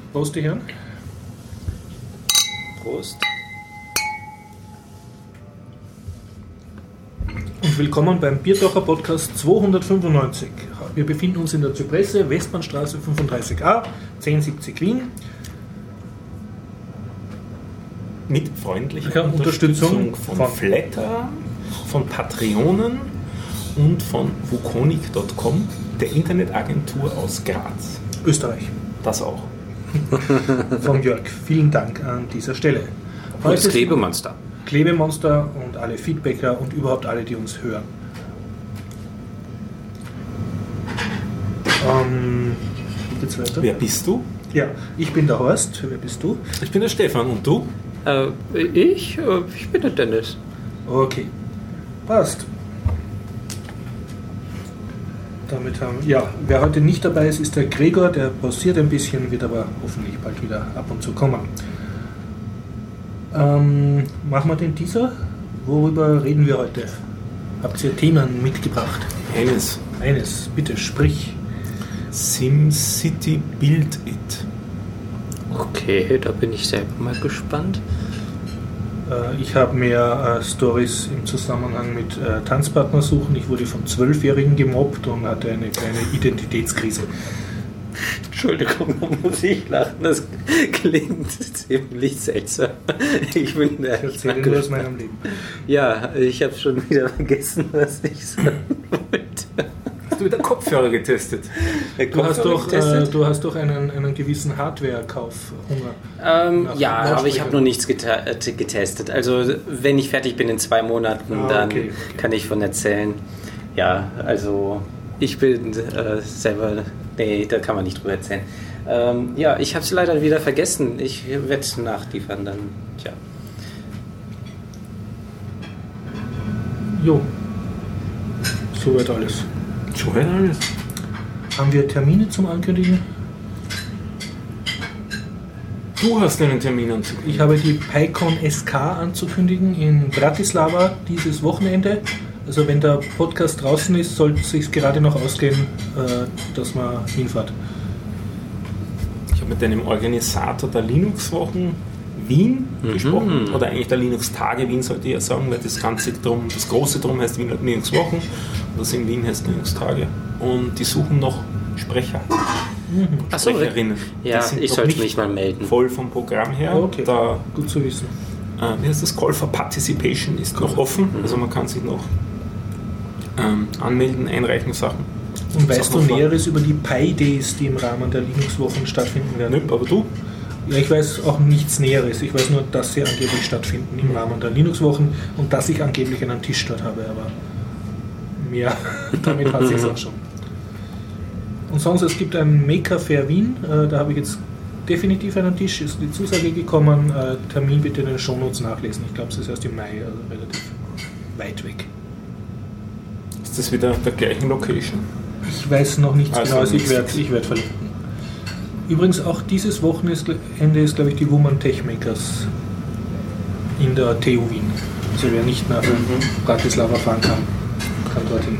Prost, die Herren. Prost. Und willkommen beim Biertaucher Podcast 295. Wir befinden uns in der Zypresse, Westbahnstraße 35a, 1070 Wien. Mit freundlicher Unterstützung von Flatter, von Patreonen und von Wukonic.com, der Internetagentur aus Graz. Österreich. Das auch. Von Jörg. Vielen Dank an dieser Stelle. Und das Klebemonster. Klebemonster und alle Feedbacker und überhaupt alle, die uns hören. Wie geht's weiter? Wer bist du? Ja, ich bin der Horst. Wer bist du? Ich bin der Stefan. Und du? Ich bin der Dennis. Okay, passt. Damit haben wer heute nicht dabei ist, ist der Gregor, der pausiert ein bisschen, wird aber hoffentlich bald wieder ab und zu kommen. Machen wir den Teaser? Worüber reden wir heute? Habt ihr Themen mitgebracht? Eines, bitte sprich. SimCity Build It. Okay, da bin ich selber mal gespannt. Ich habe mehr Stories im Zusammenhang mit Tanzpartner suchen. Ich wurde von 12-Jährigen gemobbt und hatte eine kleine Identitätskrise. Entschuldigung, da muss ich lachen. Das klingt ziemlich seltsam. Ich erzähle nur aus meinem Leben. Ja, ich habe schon wieder vergessen, was ich sagen wollte. Hast du wieder Kopfhörer getestet? Du hast doch einen gewissen Hardware-Kaufhunger. Ja, aber ich habe noch nichts getestet. Also wenn ich fertig bin in 2 Monaten, dann kann ich von erzählen. Ja, also ich bin selber... Nee, da kann man nicht drüber erzählen. Ich habe es leider wieder vergessen. Ich werde es nachliefern dann. Tja. Jo. Soweit alles. Haben wir Termine zum Ankündigen? Du hast einen Termin anzukündigen. Ich habe die PyCon SK anzukündigen in Bratislava dieses Wochenende. Also wenn der Podcast draußen ist, sollte es sich gerade noch ausgehen, dass man hinfährt. Ich habe mit einem Organisator der Linux-Wochen Wien gesprochen, oder eigentlich der Linux-Tage Wien sollte ich ja sagen, weil das große Drum heißt Wiener Linux-Wochen, und das in Wien heißt Linux-Tage. Und die suchen noch Sprecher. Sprecherinnen. Ja, ich sollte mich mal melden. Voll vom Programm her. Okay, gut zu wissen. Wie heißt das? Call for Participation ist noch offen, also man kann sich noch anmelden, einreichen Sachen. Und weißt du Näheres über die Pi-Days, die im Rahmen der Linux-Wochen stattfinden werden? Nö, aber du? Ja, ich weiß auch nichts Näheres. Ich weiß nur, dass sie angeblich stattfinden im Rahmen der Linux-Wochen und dass ich angeblich einen Tisch dort habe, aber mehr, damit hat es auch schon. Und sonst, es gibt ein Maker Fair Wien, da habe ich jetzt definitiv einen Tisch, ist die Zusage gekommen, Termin bitte in den Shownotes nachlesen. Ich glaube, es ist erst im Mai, also relativ weit weg. Ist das wieder der gleichen Location? Ich weiß noch nichts Genaues, ich werd verlinken. Übrigens auch dieses Wochenende ist, glaube ich, die Woman Tech Makers in der TU Wien. Also wer nicht nach Bratislava fahren kann dorthin.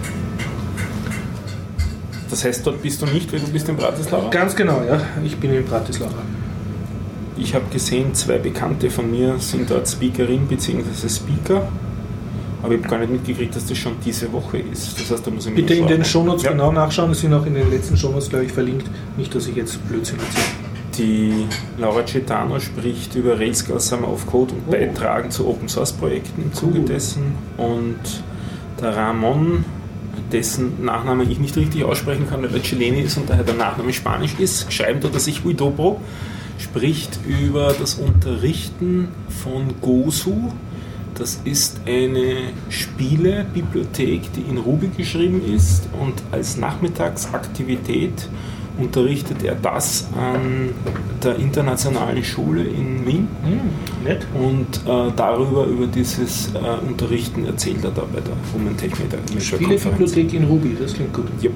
Das heißt, dort bist du nicht, weil du bist in Bratislava? Ganz genau, ja. Ich bin in Bratislava. Ich habe gesehen, 2 Bekannte von mir sind dort Speakerin bzw. Speaker. Aber ich habe gar nicht mitgekriegt, dass das schon diese Woche ist. Das heißt, da muss ich bitte in den Shownotes genau nachschauen. Das sind auch in den letzten Shownotes, glaube ich, verlinkt. Nicht, dass ich jetzt Blödsinn erzähle. Die Laura Cetano spricht über Railscale Summer of Code und Beitragen zu Open Source Projekten im Zuge dessen. Und der Ramon, dessen Nachnamen ich nicht richtig aussprechen kann, weil er Chilene ist und daher der Nachname Spanisch ist, schreibt oder sich Huidobro, spricht über das Unterrichten von Gosu. Das ist eine Spielebibliothek, die in Ruby geschrieben ist, und als Nachmittagsaktivität unterrichtet er das an der internationalen Schule in Wien. Nett. Und über dieses Unterrichten erzählt er da bei der Women Tech Konferenz. Spielebibliothek in Ruby, das klingt gut. Yep.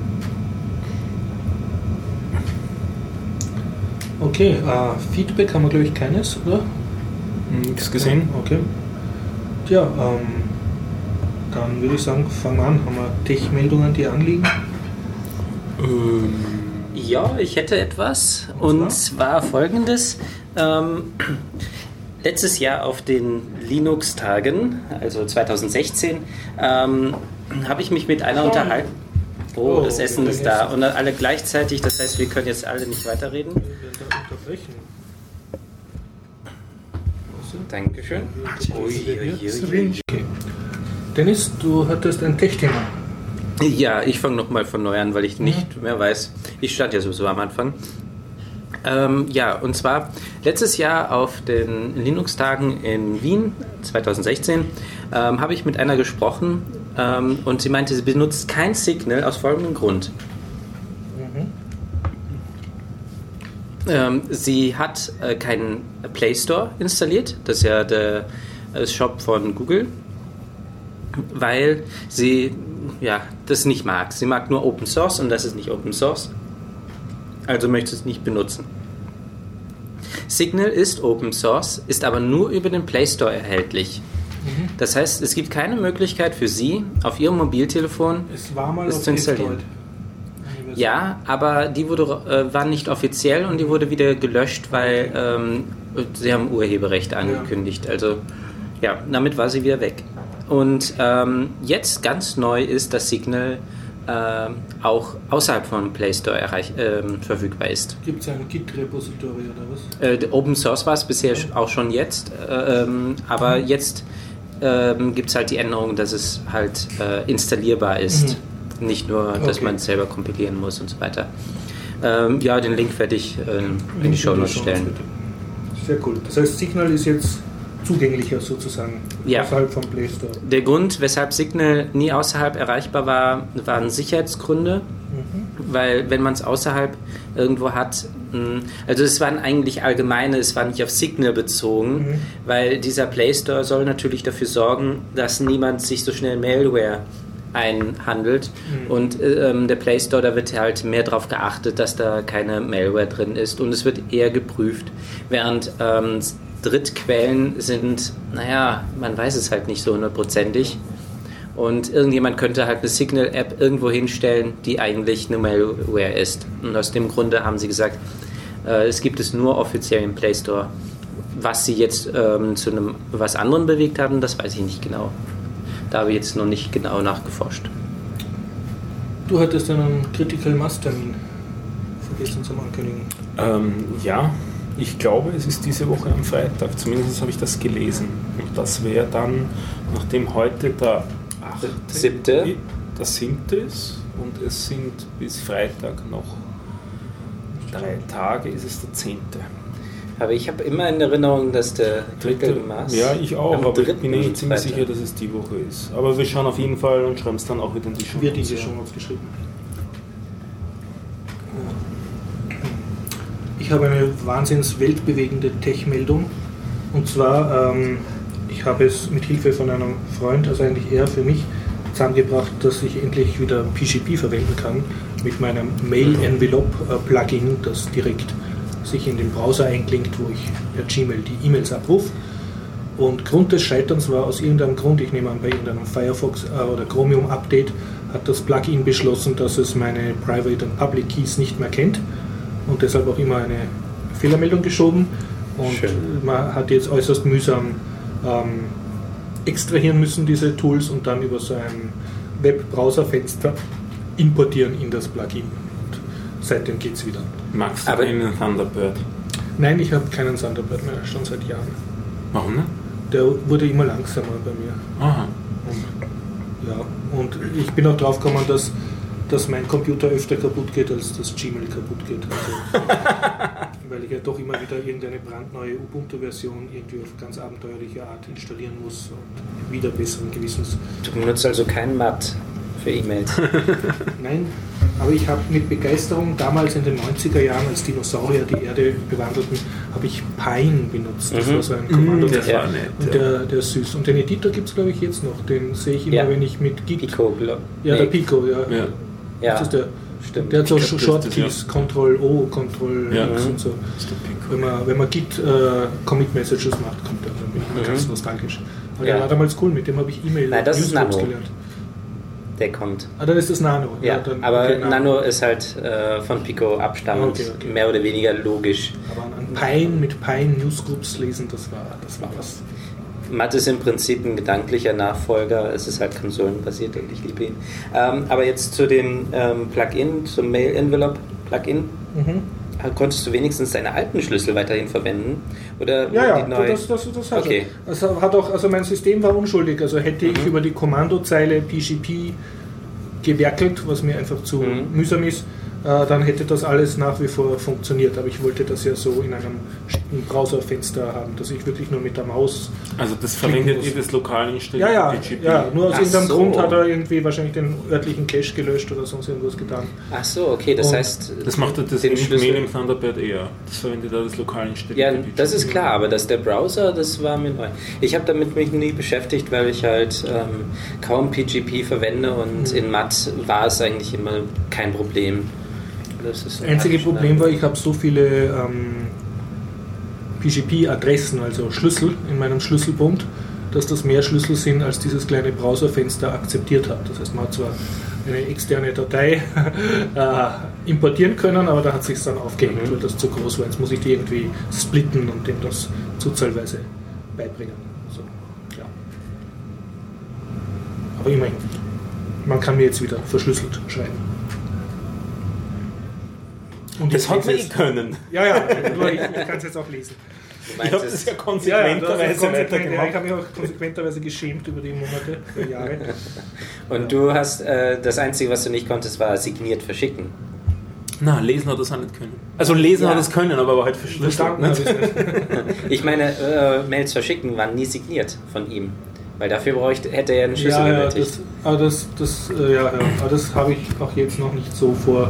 Okay, Feedback haben wir, glaube ich, keines, oder? Nichts gesehen. Okay. Tja, dann würde ich sagen, fangen wir an. Haben wir Tech-Meldungen, die anliegen? Ja, ich hätte etwas. Und zwar folgendes. Letztes Jahr auf den Linux-Tagen, also 2016, habe ich mich mit einer unterhalten. Oh, das Essen ist da. Und alle gleichzeitig, das heißt, wir können jetzt alle nicht weiterreden. Unterbrechen. Dankeschön. Okay. Dennis, du hattest ein Tech-Thema. Ja, ich fange nochmal von neu an, weil ich nicht mehr weiß. Ich stand ja sowieso am Anfang. Und zwar letztes Jahr auf den Linux-Tagen in Wien, 2016, habe ich mit einer gesprochen und sie meinte, sie benutzt kein Signal aus folgendem Grund. Sie hat keinen Play Store installiert, das ist ja der Shop von Google, weil sie das nicht mag. Sie mag nur Open Source und das ist nicht Open Source, also möchte es nicht benutzen. Signal ist Open Source, ist aber nur über den Play Store erhältlich. Das heißt, es gibt keine Möglichkeit für Sie, auf Ihrem Mobiltelefon es zu installieren. Ja, aber die war nicht offiziell und die wurde wieder gelöscht, weil sie haben Urheberrechte angekündigt. Also ja, damit war sie wieder weg. Und jetzt ganz neu ist, dass Signal auch außerhalb vom Play Store verfügbar ist. Gibt es ein Git-Repository oder was? Open Source war es bisher auch schon jetzt, aber jetzt gibt es halt die Änderung, dass es halt installierbar ist. Nicht nur, dass man es selber kompilieren muss und so weiter. Den Link werde ich in die Shownotes stellen. Sehr cool. Das heißt, Signal ist jetzt zugänglicher sozusagen, außerhalb vom Play Store. Der Grund, weshalb Signal nie außerhalb erreichbar war, waren Sicherheitsgründe, weil wenn man es außerhalb irgendwo hat, also es waren eigentlich allgemeine, es war nicht auf Signal bezogen, weil dieser Play Store soll natürlich dafür sorgen, dass niemand sich so schnell Malware einhandelt und der Play Store, da wird halt mehr darauf geachtet, dass da keine Malware drin ist und es wird eher geprüft, während Drittquellen sind, man weiß es halt nicht so hundertprozentig und irgendjemand könnte halt eine Signal-App irgendwo hinstellen, die eigentlich eine Malware ist und aus dem Grunde haben sie gesagt, es gibt es nur offiziell im Play Store. Was sie jetzt zu einem was anderem bewegt haben, das weiß ich nicht genau. Da habe ich jetzt noch nicht genau nachgeforscht. Du hattest einen Critical Mass Termin vergessen zum Ankündigen. Ich glaube, es ist diese Woche am Freitag. Zumindest habe ich das gelesen. Und das wäre dann, nachdem heute der 7. ist und es sind bis Freitag noch 3 Tage, ist es der 10. Aber ich habe immer in Erinnerung, dass der Critical Mass... Ja, ich auch, aber ich bin nicht ziemlich sicher, dass es die Woche ist. Aber wir schauen auf jeden Fall und schreiben es dann auch wieder in die Show. Wird diese Show aufgeschrieben. Ich habe eine wahnsinns weltbewegende Tech-Meldung. Und zwar, ich habe es mit Hilfe von einem Freund, also eigentlich eher für mich, zusammengebracht, dass ich endlich wieder PGP verwenden kann mit meinem Mail-Envelope-Plugin, das direkt sich in den Browser einklingt, wo ich per Gmail die E-Mails abrufe. Und Grund des Scheiterns war aus irgendeinem Grund, ich nehme an, bei irgendeinem Firefox oder Chromium Update hat das Plugin beschlossen, dass es meine Private und Public Keys nicht mehr kennt und deshalb auch immer eine Fehlermeldung geschoben. Und man hat jetzt äußerst mühsam extrahieren müssen, diese Tools, und dann über so ein Webbrowserfenster importieren in das Plugin. Und seitdem geht es wieder. Magst du einen Thunderbird? Nein, ich habe keinen Thunderbird mehr, schon seit Jahren. Warum nicht? Der wurde immer langsamer bei mir. Aha. Und ich bin auch drauf gekommen, dass mein Computer öfter kaputt geht, als das Gmail kaputt geht. Also, weil ich ja doch immer wieder irgendeine brandneue Ubuntu-Version irgendwie auf ganz abenteuerliche Art installieren muss und wieder besseren Gewissens. Du benutzt also kein Mat für E-Mails? Nein, aber ich habe mit Begeisterung damals in den 90er Jahren, als Dinosaurier die Erde bewandelten, habe ich Pine benutzt. Das war so ein Kommando. Der war nett. Und der ist süß. Und den Editor gibt es, glaube ich, jetzt noch. Den sehe ich immer, wenn ich mit Git... Pico, ja, der Pico, ja. Das ist der. Stimmt. Der hat so Shortkeys, Ctrl-O, Ctrl-X und so. Wenn man Git Commit-Messages macht, kommt der. Dann bin ich immer ganz nostalgisch. Aber der war damals cool, mit dem habe ich E-Mail-Use-Books gelernt. Das ist Nano. Nein, das ist Nano. Der hat so Shortkeys, Ctrl-O, Ctrl-X und so. Wenn man Git Commit Messages macht, kommt der. Dann bin ich immer ganz nostalgisch. Aber der war damals cool, mit dem habe ich E-Mail-Use-Books gelernt. Der kommt. Dann ist das Nano. Ja, dann, aber okay, Nano ist halt von Pico abstammend, mehr oder weniger logisch. Aber an Pine mit Pine Newsgroups lesen, das war was. Matt ist im Prinzip ein gedanklicher Nachfolger, es ist halt konsolenbasiert und ich liebe ihn. Aber jetzt zu dem Plugin, zum Mail-Envelope-Plugin. Konntest du wenigstens deine alten Schlüssel weiterhin verwenden? Oder ja, das hat okay. Also mein System war unschuldig. Also hätte ich über die Kommandozeile PGP gewerkelt, was mir einfach zu mühsam ist, dann hätte das alles nach wie vor funktioniert. Aber ich wollte das ja so in einem Browserfenster haben, dass ich wirklich nur mit der Maus. Also das verwendet ihr das lokal installierte PGP? Ja, nur aus irgendeinem Grund hat er irgendwie wahrscheinlich den örtlichen Cache gelöscht oder sonst irgendwas getan. Ach so, okay, das heißt... Das macht das den Mail im Thunderbird eher. Das verwendet er das lokal installierte Ja, PGP. das ist klar, aber dass der Browser, das war mir neu. Ich habe damit mich nie beschäftigt, weil ich halt kaum PGP verwende und in Matt war es eigentlich immer kein Problem. Das einzige Problem war, ich habe so viele PGP-Adressen, also Schlüssel in meinem Schlüsselbund, dass das mehr Schlüssel sind, als dieses kleine Browserfenster akzeptiert hat. Das heißt, man hat zwar eine externe Datei importieren können, aber da hat es sich dann aufgehängt, weil das zu groß war. Jetzt muss ich die irgendwie splitten und dem das zuzahlweise beibringen. Also, ja. Aber immerhin, man kann mir jetzt wieder verschlüsselt schreiben. Und das hat man können. Ja, nur ich kann es jetzt auch lesen. Ich habe das ja konsequenterweise weitergemacht. Ich habe mich auch konsequenterweise geschämt über die Monate, über Jahre. Und du hast, das Einzige, was du nicht konntest, war signiert verschicken. Na, lesen hat er es auch nicht können. Also lesen hat er es können, aber war halt verschlüsselt. Ich meine, Mails verschicken waren nie signiert von ihm. Weil dafür hätte er einen Schlüssel benötigt. Aber das habe ich auch jetzt noch nicht so vor.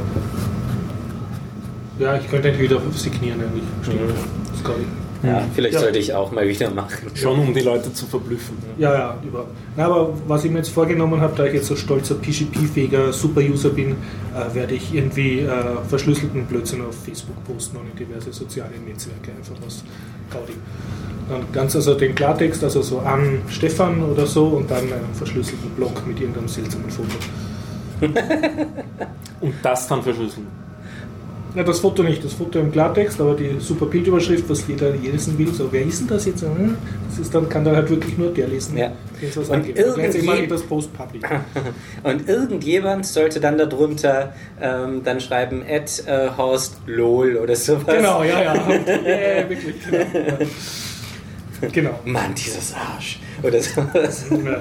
Ja, ich könnte wieder signieren eigentlich. Das glaube ich. Ja, vielleicht sollte ich auch mal wieder machen. Schon um die Leute zu verblüffen. Ja, überhaupt. Na, aber was ich mir jetzt vorgenommen habe, da ich jetzt so stolzer PGP-fähiger Super-User bin, werde ich irgendwie verschlüsselten Blödsinn auf Facebook posten und in diverse soziale Netzwerke, einfach aus Gaudi. Dann also den Klartext, also so an Stefan oder so und dann einen verschlüsselten Blog mit irgendeinem seltsamen Foto. Und das dann verschlüsseln? Ja, das Foto nicht, das Foto im Klartext, aber die super Bildüberschrift, was jeder lesen will, so, wer ist denn das jetzt? Das ist dann, kann dann halt wirklich nur der lesen, ja. Gleichzeitig mache ich das Post-Public. Und irgendjemand sollte dann darunter dann schreiben, Horst LOL oder sowas. Genau, ja, wirklich, genau. Mann, dieses Arsch. Oder sowas. Ja.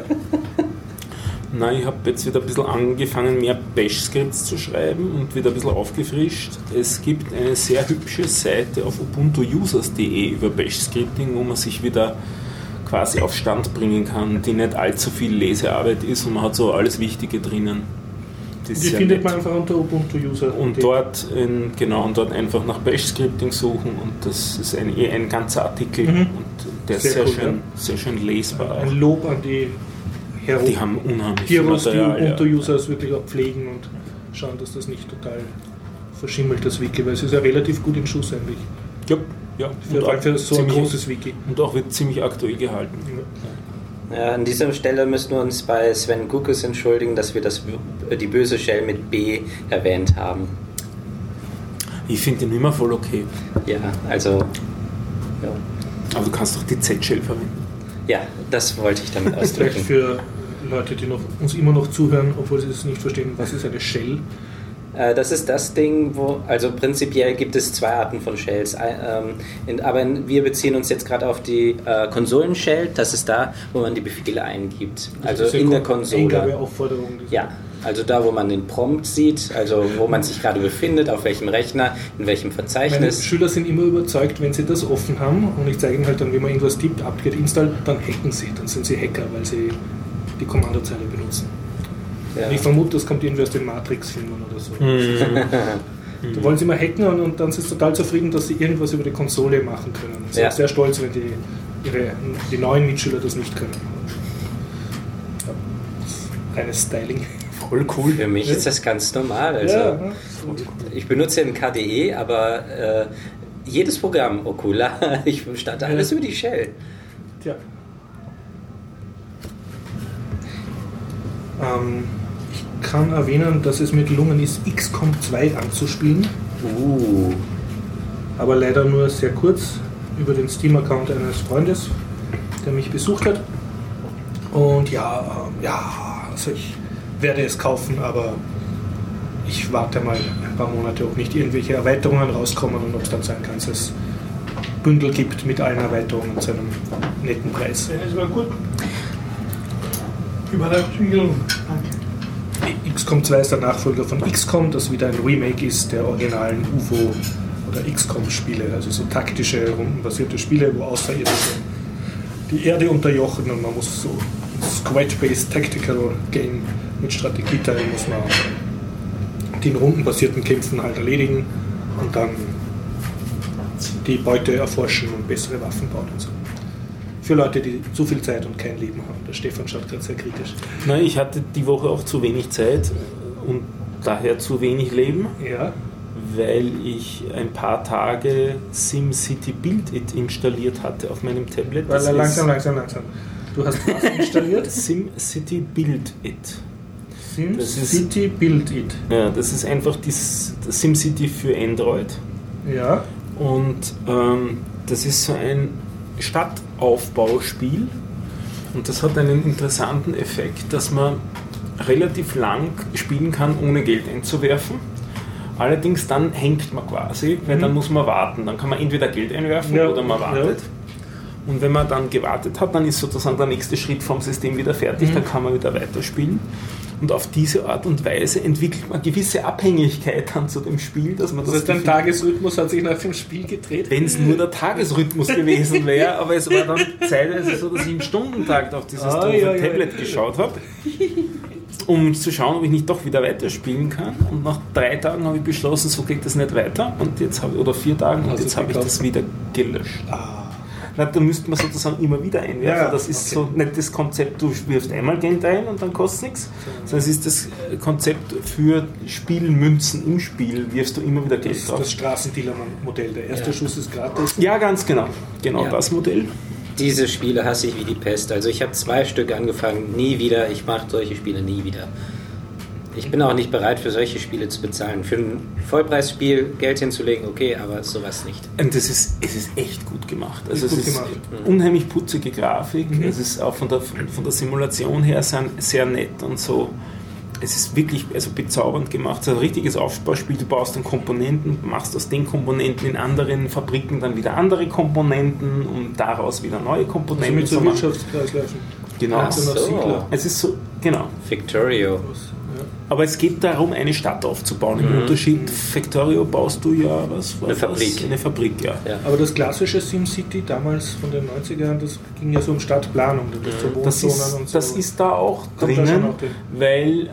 Nein, ich habe jetzt wieder ein bisschen angefangen, mehr Bash-Skripts zu schreiben und wieder ein bisschen aufgefrischt. Es gibt eine sehr hübsche Seite auf ubuntuusers.de über Bash-Scripting, wo man sich wieder quasi auf Stand bringen kann, die nicht allzu viel Lesearbeit ist und man hat so alles Wichtige drinnen. Die findet man einfach unter Ubuntu-User. Und dort einfach nach Bash-Scripting suchen und das ist ein ganzer Artikel und der ist sehr schön lesbar. Ein Lob an die Die haben unheimlich Heroes, die Ubuntu-Users wirklich auch pflegen und schauen, dass das nicht total verschimmelt, das Wiki, weil es ist ja relativ gut in Schuss eigentlich. Ja. Für so ein großes Wiki. Und auch wird ziemlich aktuell gehalten. Ja, an dieser Stelle müssen wir uns bei Sven Gukes entschuldigen, dass wir die böse Shell mit B erwähnt haben. Ich finde den immer voll okay. Ja, also... Ja. Aber du kannst doch die Z-Shell verwenden. Ja, das wollte ich damit ausdrücken. Vielleicht für Leute, die uns immer noch zuhören, obwohl sie es nicht verstehen, was ist eine Shell? Das ist das Ding, also prinzipiell gibt es zwei Arten von Shells, aber wir beziehen uns jetzt gerade auf die Konsolen-Shell, das ist da, wo man die Befehle eingibt, also in der Konsole. Eingabeaufforderung. Ja, also da, wo man den Prompt sieht, also wo man sich gerade befindet, auf welchem Rechner, in welchem Verzeichnis. Meine Schüler sind immer überzeugt, wenn sie das offen haben und ich zeige ihnen halt dann, wie man irgendwas tippt, upgrade install, dann hacken sie, dann sind sie Hacker, weil sie die Kommandozeile benutzen. Ja. Ich vermute, das kommt irgendwie aus den Matrix-Filmen oder so. Da wollen sie mal hacken und dann sind sie total zufrieden, dass sie irgendwas über die Konsole machen können. Sie sind sehr stolz, wenn die neuen Mitschüler das nicht können. Ja, reines Styling. Voll cool. Für mich ist das ganz normal. Also, ich benutze ein KDE, aber jedes Programm, Okular, ich starte alles über die Shell. Tja. Ich kann erwähnen, dass es mir gelungen ist, XCOM 2 anzuspielen. Aber leider nur sehr kurz über den Steam-Account eines Freundes, der mich besucht hat. Und also ich werde es kaufen, aber ich warte mal ein paar Monate, ob nicht irgendwelche Erweiterungen rauskommen und ob es dann so ein ganzes Bündel gibt mit allen Erweiterungen zu einem netten Preis. Es war gut. Überraschung. XCOM 2 ist der Nachfolger von XCOM, das wieder ein Remake ist der originalen UFO- oder XCOM-Spiele, also so taktische, rundenbasierte Spiele, wo Außerirdische die Erde unterjochen und man muss so Squad-based Tactical Game mit Strategieteilen muss man den rundenbasierten Kämpfen halt erledigen und dann die Beute erforschen und bessere Waffen bauen und so. Für Leute, die zu viel Zeit und kein Leben haben. Der Stefan schaut gerade sehr kritisch. Nein, ich hatte die Woche auch zu wenig Zeit und daher zu wenig Leben. Ja. Weil ich ein paar Tage SimCity Build It installiert hatte auf meinem Tablet. Langsam. Du hast was installiert? SimCity Build It. SimCity Build It. Ja, das ist einfach das SimCity für Android. Ja. Und das ist so ein Stadtaufbauspiel. Und das hat einen interessanten Effekt, dass man relativ lang spielen kann, ohne Geld einzuwerfen. Allerdings dann hängt man quasi, weil dann muss man warten. Dann kann man entweder Geld einwerfen oder man wartet. Ja. Und wenn man dann gewartet hat, dann ist sozusagen der nächste Schritt vom System wieder fertig, dann kann man wieder weiterspielen. Und auf diese Art und Weise entwickelt man gewisse Abhängigkeit dann zu dem Spiel, dass man das dein Tagesrhythmus hat sich nach dem Spiel gedreht? Wenn es nur der Tagesrhythmus gewesen wäre, aber es war dann zeitweise so, dass ich im Stundentakt auf dieses Tablet geschaut habe, um zu schauen, ob ich nicht doch wieder weiterspielen kann. Und nach 3 Tagen habe ich beschlossen, so geht das nicht weiter. Und jetzt oder 4 Tagen, und jetzt habe ich das wieder gelöscht. Da müsste man sozusagen immer wieder einwerfen. Ja, das ist so nicht das Konzept, du wirfst einmal Geld ein und dann kostet es nichts, sondern es ist das Konzept für Spielmünzen im Spiel, wirfst du immer wieder Geld drauf. Das Straßendealer-Modell. Der erste Schuss ist gratis. Ja, ganz genau. Genau das Modell. Diese Spiele hasse ich wie die Pest. Also ich habe 2 Stück angefangen, nie wieder. Ich mache solche Spiele nie wieder. Ich bin auch nicht bereit, für solche Spiele zu bezahlen. Für ein Vollpreisspiel Geld hinzulegen, okay, aber sowas nicht. Und es ist echt gut gemacht. Also es ist unheimlich putzige Grafik. Es ist auch von der Simulation her sehr nett und so. Es ist wirklich bezaubernd gemacht. Es ist ein richtiges Aufbauspiel. Du baust dann Komponenten, machst aus den Komponenten in anderen Fabriken dann wieder andere Komponenten, um daraus wieder neue Komponenten zu machen. Also mit so Wirtschaftskreisläufen. Genau. Es ist so, genau. Victorio. Aber es geht darum, eine Stadt aufzubauen. Im Unterschied, Factorio baust du ja eine Fabrik. Eine Fabrik, ja. Aber das klassische SimCity damals von den 90ern, das ging ja so um Stadtplanung. Das ist da auch drinnen, weil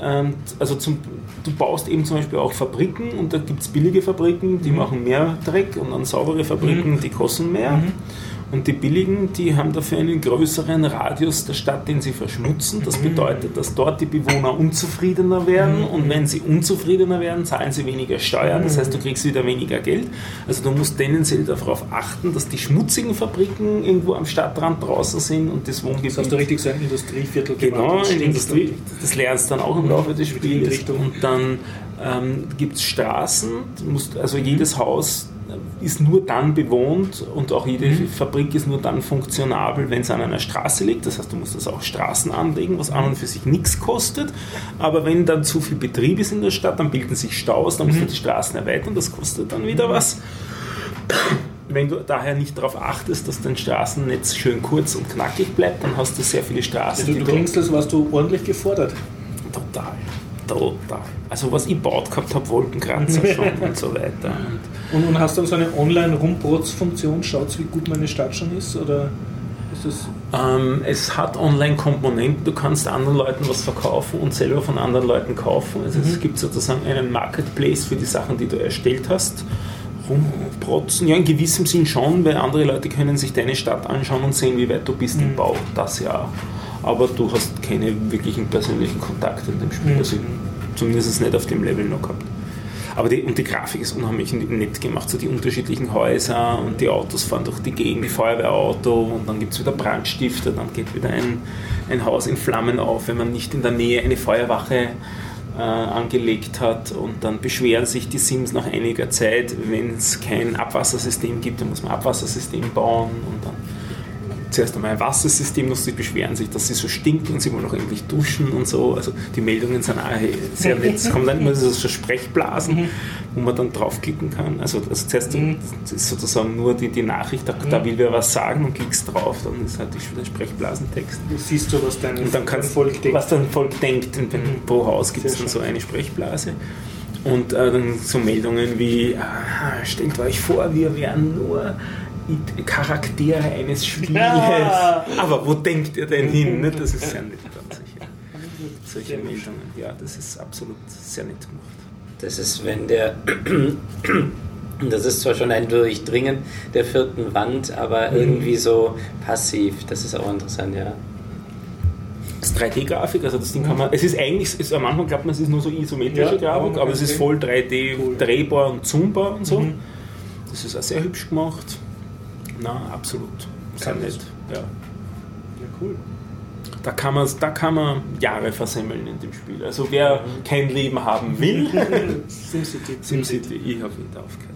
du baust eben zum Beispiel auch Fabriken und da gibt es billige Fabriken, die machen mehr Dreck und dann saubere Fabriken, die kosten mehr. Und die billigen, die haben dafür einen größeren Radius der Stadt, den sie verschmutzen. Das bedeutet, dass dort die Bewohner unzufriedener werden und wenn sie unzufriedener werden, zahlen sie weniger Steuern. Das heißt, du kriegst wieder weniger Geld. Also du musst tendenziell darauf achten, dass die schmutzigen Fabriken irgendwo am Stadtrand draußen sind und das Wohngebiet... Das hast du richtig so ein Industrieviertel gemacht. Genau, in Industrie. Das lernst du dann auch im Laufe des Spiels. Und dann gibt es Straßen. Also jedes Haus ist nur dann bewohnt und auch jede Fabrik ist nur dann funktionabel, wenn es an einer Straße liegt. Das heißt, du musst das auch Straßen anlegen, was an und für sich nichts kostet. Aber wenn dann zu viel Betrieb ist in der Stadt, dann bilden sich Staus, dann musst du die Straßen erweitern, das kostet dann wieder was. Wenn du daher nicht darauf achtest, dass dein Straßennetz schön kurz und knackig bleibt, dann hast du sehr viele Straßen. Du klingst, als warst du ordentlich gefordert. Total. Also was ich gebaut gehabt habe, Wolkenkratzer schon und so weiter. Und hast dann so eine Online-Rumprotz-Funktion? Schaut, wie gut meine Stadt schon ist? Oder ist das es hat Online-Komponenten. Du kannst anderen Leuten was verkaufen und selber von anderen Leuten kaufen. Also es gibt sozusagen einen Marketplace für die Sachen, die du erstellt hast. Rumprotzen, ja, in gewissem Sinn schon, weil andere Leute können sich deine Stadt anschauen und sehen, wie weit du bist im Bau. Das ja. Aber du hast keine wirklichen persönlichen Kontakte in dem Spiel. Also zumindest nicht auf dem Level noch gehabt. Aber die Grafik ist unheimlich nett gemacht, so die unterschiedlichen Häuser und die Autos fahren durch die Gegend, die Feuerwehrauto und dann gibt es wieder Brandstifter, dann geht wieder ein Haus in Flammen auf, wenn man nicht in der Nähe eine Feuerwache angelegt hat und dann beschweren sich die Sims nach einiger Zeit, wenn es kein Abwassersystem gibt, dann muss man ein Abwassersystem bauen und dann zuerst einmal ein Wassersystem, noch sie beschweren sich, dass sie so stinken und sie wollen auch endlich duschen und so. Also die Meldungen sind auch sehr nett. Es kommen dann immer so Sprechblasen, wo man dann draufklicken kann. Also zuerst ist sozusagen nur die Nachricht, da will wer was sagen und klickst drauf, dann ist halt der Sprechblasentext. Du siehst so, was dein Volk denkt. Was dein Volk denkt. Und pro Haus gibt es dann so eine Sprechblase. Und dann so Meldungen wie, stellt euch vor, wir wären nur Charaktere eines Spieles. Ja. Aber wo denkt ihr denn hin? Ne? Das ist sehr nett an sich. Ja. Solche Meldungen. Ja, das ist absolut sehr nett gemacht. Das ist, wenn das ist zwar schon ein Durchdringen der 4. Wand, aber irgendwie so passiv. Das ist auch interessant, ja. Das ist 3D-Grafik, also das Ding kann man, es ist eigentlich, am Anfang glaubt man, es ist nur so isometrische Grafik, aber es ist voll 3D drehbar und zoombar und so. Das ist auch sehr hübsch gemacht. Na, absolut. Sehr nett. Ja. Ja, cool. Da kann man Jahre versemmeln in dem Spiel. Also wer kein Leben haben will, SimCity, ich habe wieder aufgehört.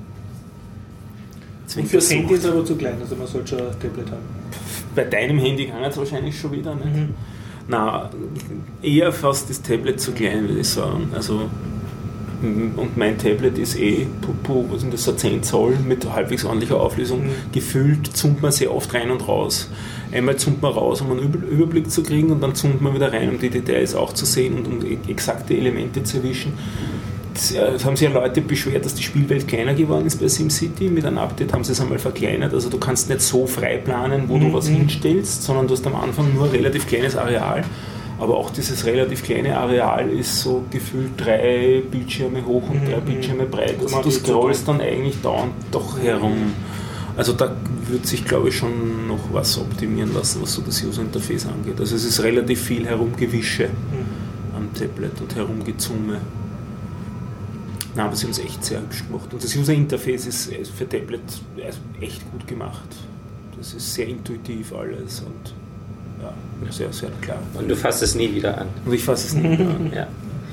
Und fürs Handy ist aber zu klein, also man sollte schon ein Tablet haben. Bei deinem Handy kann es wahrscheinlich schon wieder nicht. Na, eher fast das Tablet zu klein, würde ich sagen. Also und mein Tablet ist was sind das, so 10 Zoll mit halbwegs ordentlicher Auflösung. Gefühlt zoomt man sehr oft rein und raus. Einmal zoomt man raus, um einen Überblick zu kriegen, und dann zoomt man wieder rein, um die Details auch zu sehen und um exakte Elemente zu erwischen. Es haben sich ja Leute beschwert, dass die Spielwelt kleiner geworden ist bei SimCity. Mit einem Update haben sie es einmal verkleinert. Also du kannst nicht so frei planen, wo du was hinstellst, sondern du hast am Anfang nur ein relativ kleines Areal. Aber auch dieses relativ kleine Areal ist so gefühlt 3 Bildschirme hoch und 3 Bildschirme breit. Also du scrollst dann eigentlich dauernd doch herum. Also da wird sich, glaube ich, schon noch was optimieren lassen, was so das User-Interface angeht. Also es ist relativ viel Herumgewische am Tablet und Herumgezoome. Nein, aber sie haben es echt sehr hübsch gemacht. Und das User-Interface ist für Tablet echt gut gemacht. Das ist sehr intuitiv alles und ja, sehr, sehr klar. Und du fasst es nie wieder an. Und ich fasse es nie wieder an. Ja.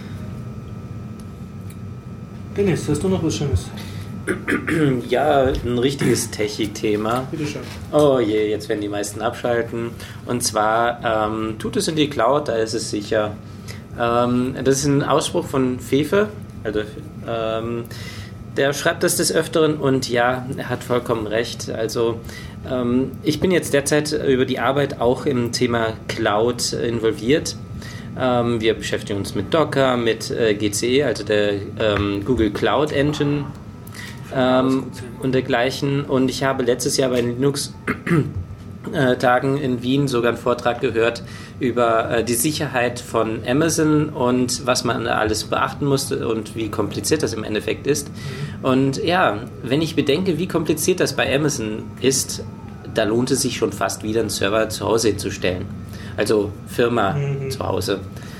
Dennis, hast du noch was Schönes? Ja, ein richtiges Techie-Thema. Bitte schön. Oh je, jetzt werden die meisten abschalten. Und zwar tut es in die Cloud, da ist es sicher. Das ist ein Ausspruch von Fefe. Also, der schreibt das des Öfteren und ja, er hat vollkommen recht. Also ich bin jetzt derzeit über die Arbeit auch im Thema Cloud involviert. Wir beschäftigen uns mit Docker, mit GCE, also der Google Cloud Engine und dergleichen. Und ich habe letztes Jahr bei den Linux-Tagen in Wien sogar einen Vortrag gehört über die Sicherheit von Amazon und was man da alles beachten musste und wie kompliziert das im Endeffekt ist. Und ja, wenn ich bedenke, wie kompliziert das bei Amazon ist, da lohnt es sich schon fast wieder, einen Server zu Hause hinzustellen. Also Firma zu Hause.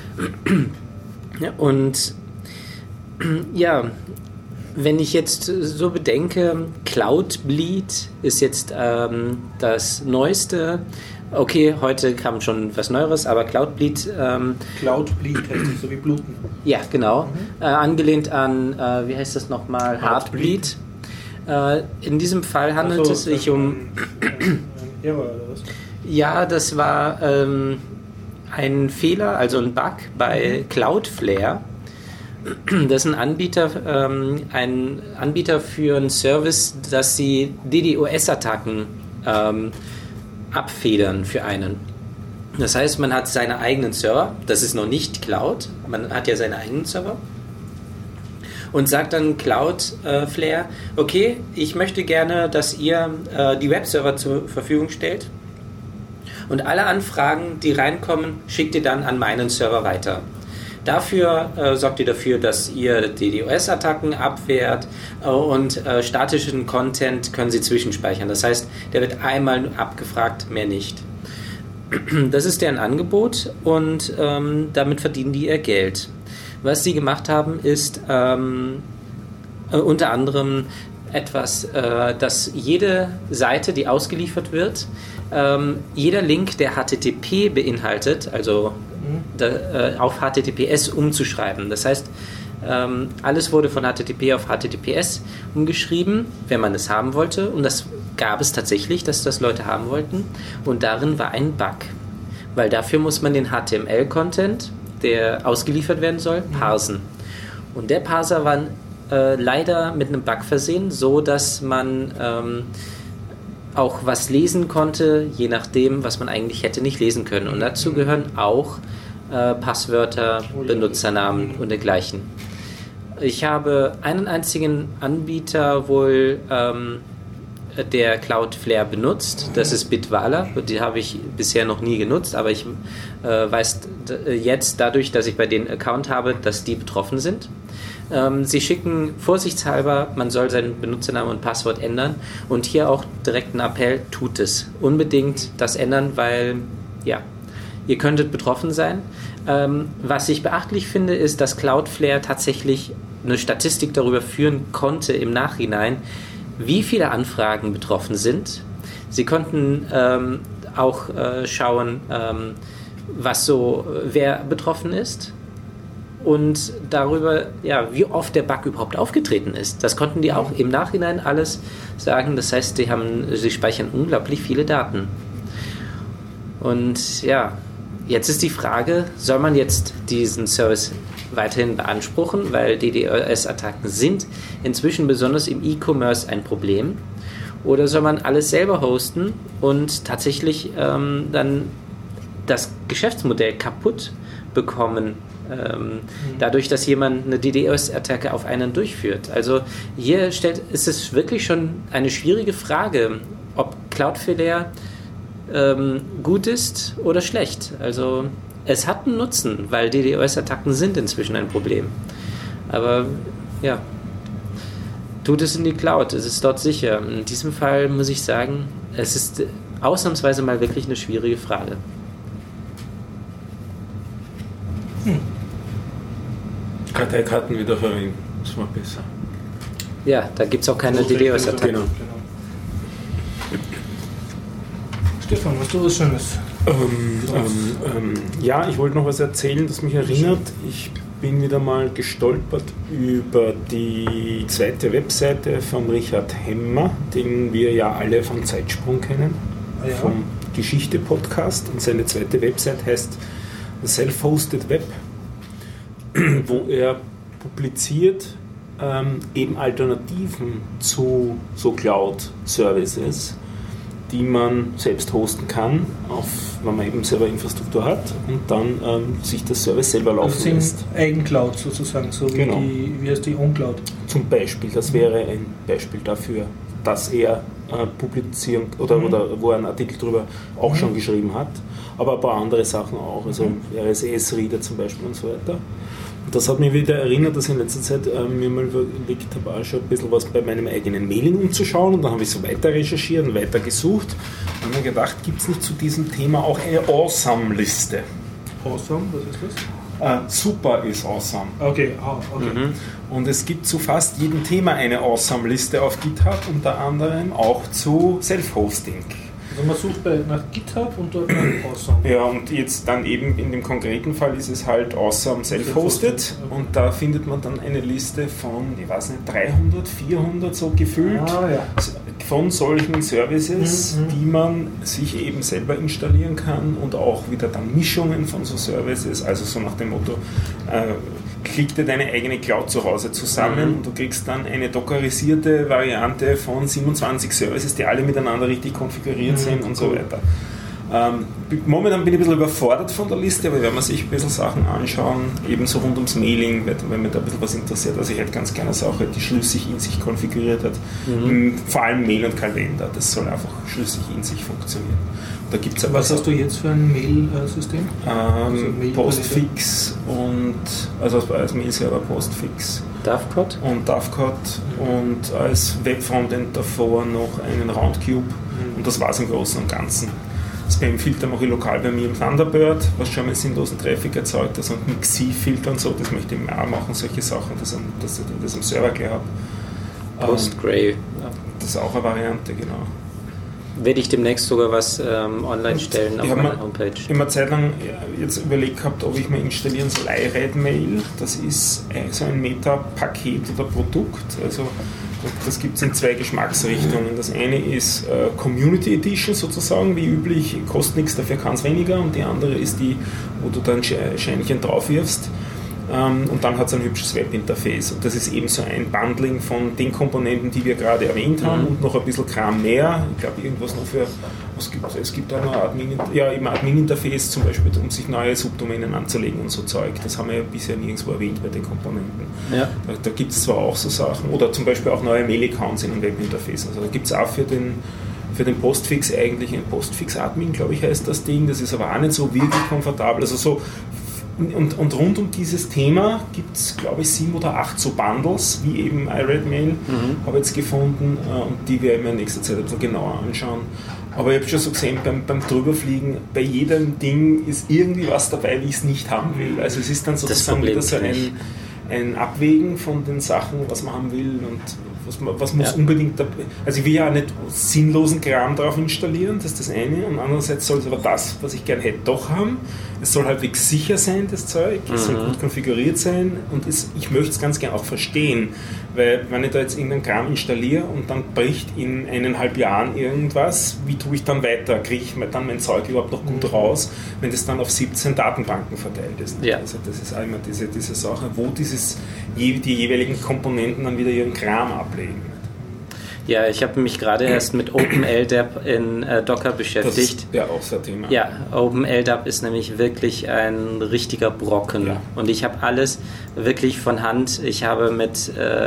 Und ja, wenn ich jetzt so bedenke, Cloudbleed ist jetzt das Neueste. Okay, heute kam schon was Neueres, aber Cloudbleed... Cloudbleed heißt das, so wie Bluten. Ja, genau. Angelehnt an, wie heißt das nochmal? Heartbleed. In diesem Fall handelt es sich um... Error oder was? Ja, das war ein Fehler, also ein Bug bei Cloudflare. Das ist ein Anbieter für einen Service, dass sie DDoS-Attacken abfedern für einen. Das heißt, man hat seine eigenen Server, das ist noch nicht Cloud, man hat ja seine eigenen Server und sagt dann Cloudflare, okay, ich möchte gerne, dass ihr die Webserver zur Verfügung stellt und alle Anfragen, die reinkommen, schickt ihr dann an meinen Server weiter. Dafür sorgt ihr dafür, dass ihr DDoS-Attacken abwehrt und statischen Content können sie zwischenspeichern. Das heißt, der wird einmal abgefragt, mehr nicht. Das ist deren Angebot und damit verdienen die ihr Geld. Was sie gemacht haben, ist unter anderem etwas, dass jede Seite, die ausgeliefert wird, jeder Link, der HTTP beinhaltet, also auf HTTPS umzuschreiben. Das heißt, alles wurde von HTTP auf HTTPS umgeschrieben, wenn man es haben wollte. Und das gab es tatsächlich, dass das Leute haben wollten. Und darin war ein Bug. Weil dafür muss man den HTML-Content, der ausgeliefert werden soll, parsen. Und der Parser war leider mit einem Bug versehen, so dass man auch was lesen konnte, je nachdem, was man eigentlich hätte nicht lesen können. Und dazu gehören auch Passwörter, Benutzernamen und dergleichen. Ich habe einen einzigen Anbieter wohl der Cloudflare benutzt, das ist Bitwala. Die habe ich bisher noch nie genutzt, aber ich weiß jetzt dadurch, dass ich bei denen Account habe, dass die betroffen sind. Sie schicken vorsichtshalber, man soll seinen Benutzernamen und Passwort ändern und hier auch direkt ein Appell, tut es. Unbedingt das ändern, weil ja, ihr könntet betroffen sein. Was ich beachtlich finde, ist, dass Cloudflare tatsächlich eine Statistik darüber führen konnte im Nachhinein, wie viele Anfragen betroffen sind. Sie konnten auch schauen, wer betroffen ist und darüber, ja, wie oft der Bug überhaupt aufgetreten ist. Das konnten die auch im Nachhinein alles sagen. Das heißt, sie speichern unglaublich viele Daten. Und ja, jetzt ist die Frage, soll man jetzt diesen Service weiterhin beanspruchen, weil DDoS-Attacken sind inzwischen besonders im E-Commerce ein Problem, oder soll man alles selber hosten und tatsächlich dann das Geschäftsmodell kaputt bekommen, dadurch, dass jemand eine DDoS-Attacke auf einen durchführt. Also hier ist es wirklich schon eine schwierige Frage, ob Cloudflare gut ist oder schlecht. Also es hat einen Nutzen, weil DDoS-Attacken sind inzwischen ein Problem. Aber ja, tut es in die Cloud, es ist dort sicher. In diesem Fall muss ich sagen, es ist ausnahmsweise mal wirklich eine schwierige Frage. Karteikarten wieder verwenden, das war besser. Ja, da gibt es auch keine DDoS-Attacken. Genau. Stefan, hast du was Schönes? Ja, ich wollte noch was erzählen, das mich erinnert. Ich bin wieder mal gestolpert über die zweite Webseite von Richard Hemmer, den wir ja alle von Zeitsprung kennen, vom Geschichte-Podcast. Und seine zweite Website heißt Self-Hosted Web, wo er publiziert eben Alternativen zu so Cloud-Services, die man selbst hosten kann, wenn man eben selber Infrastruktur hat und dann sich das Service selber laufen lässt. Eigencloud sozusagen, so wie genau. Wie heißt die OnCloud? Zum Beispiel, das wäre ein Beispiel dafür, dass er publizieren oder wo er einen Artikel darüber auch schon geschrieben hat, aber ein paar andere Sachen auch, also RSS-Reader zum Beispiel und so weiter. Und das hat mich wieder erinnert, dass ich in letzter Zeit mir mal überlegt habe, auch schon ein bisschen was bei meinem eigenen Mailing umzuschauen, und dann habe ich so weiter recherchiert und weiter gesucht und mir gedacht, gibt es nicht zu diesem Thema auch eine Awesome-Liste? Awesome, was ist das? Super ist awesome. Okay. Und es gibt zu fast jedem Thema eine Awesome-Liste auf GitHub, unter anderem auch zu Self-Hosting. Also man sucht nach GitHub und dort nach Awesome. Ja, und jetzt dann eben in dem konkreten Fall ist es halt Awesome Self-Hosted, okay. Und da findet man dann eine Liste von, ich weiß nicht, 300, 400 so gefüllt von solchen Services, die man sich eben selber installieren kann, und auch wieder dann Mischungen von so Services, also so nach dem Motto, klick dir deine eigene Cloud zu Hause zusammen und du kriegst dann eine dockerisierte Variante von 27 Services, die alle miteinander richtig konfiguriert sind und so weiter. Momentan bin ich ein bisschen überfordert von der Liste, aber wenn man sich ein bisschen Sachen anschauen, ebenso rund ums Mailing, wenn mich da ein bisschen was interessiert, was ich halt ganz gerne Sache, die schlüssig in sich konfiguriert hat. Vor allem Mail und Kalender, das soll einfach schlüssig in sich funktionieren. Da gibt's was hast du jetzt für ein Mail-System? Postfix und also als Mail-Server Postfix. Dovecot? Und Dovecot und als Web-Frontend davor noch einen Roundcube und das war es im Großen und Ganzen. Spam-Filter mache ich lokal bei mir im Thunderbird, was schon mal sinnlosen Traffic erzeugt, also mit Xi-Filter und so, das möchte ich mir auch machen, solche Sachen, dass ich das am Server gleich habe. Postgre. Das ist auch eine Variante, genau. Werde ich demnächst sogar was online stellen auf meiner Homepage. Ich habe mir eine Zeit lang jetzt überlegt gehabt, ob ich mir installieren soll iRedMail. Das ist so ein Meta-Paket oder Produkt. Also das gibt es in 2 Geschmacksrichtungen. Das eine ist Community Edition sozusagen, wie üblich, kostet nichts, dafür kann es weniger. Und die andere ist die, wo du dann Scheinchen drauf wirfst. Und dann hat es ein hübsches Webinterface. Und das ist eben so ein Bundling von den Komponenten, die wir gerade erwähnt haben und noch ein bisschen Kram mehr. Ich glaube, irgendwas noch für, was gibt es? Es gibt auch noch Admin-Interface zum Beispiel, um sich neue Subdomänen anzulegen und so Zeug. Das haben wir ja bisher nirgendwo erwähnt bei den Komponenten. Ja. Da gibt es zwar auch so Sachen, oder zum Beispiel auch neue Mail-Accounts in einem Webinterface. Also da gibt es auch für den Postfix eigentlich ein Postfix-Admin, glaube ich, heißt das Ding. Das ist aber auch nicht so wirklich komfortabel. Also so. Und rund um dieses Thema gibt es, glaube ich, 7 oder 8 so Bundles, wie eben iRedMail, habe ich jetzt gefunden, und die werde ich mir in nächster Zeit ein bisschen genauer anschauen. Aber ich habe schon so gesehen, beim Drüberfliegen, bei jedem Ding ist irgendwie was dabei, wie ich es nicht haben will. Also es ist dann sozusagen wieder so ein Abwägen von den Sachen, was man haben will und was muss unbedingt, also ich will ja nicht sinnlosen Kram drauf installieren, das ist das eine, und andererseits soll es aber das, was ich gerne hätte, doch haben. Es soll halbwegs sicher sein, das Zeug, es soll gut konfiguriert sein, und ich möchte es ganz gerne auch verstehen, weil wenn ich da jetzt irgendeinen Kram installiere und dann bricht in 1,5 Jahren irgendwas, wie tue ich dann weiter? Kriege ich dann mein Zeug überhaupt noch gut raus, wenn das dann auf 17 Datenbanken verteilt ist? Ja. Also das ist einmal diese Sache, wo die jeweiligen Komponenten dann wieder ihren Kram ablegen. Ja, ich habe mich gerade erst mit OpenLDAP in Docker beschäftigt. Das ist ja auch so ein Thema. Ja, OpenLDAP ist nämlich wirklich ein richtiger Brocken. Ja. Und ich habe alles wirklich von Hand. Ich habe mit,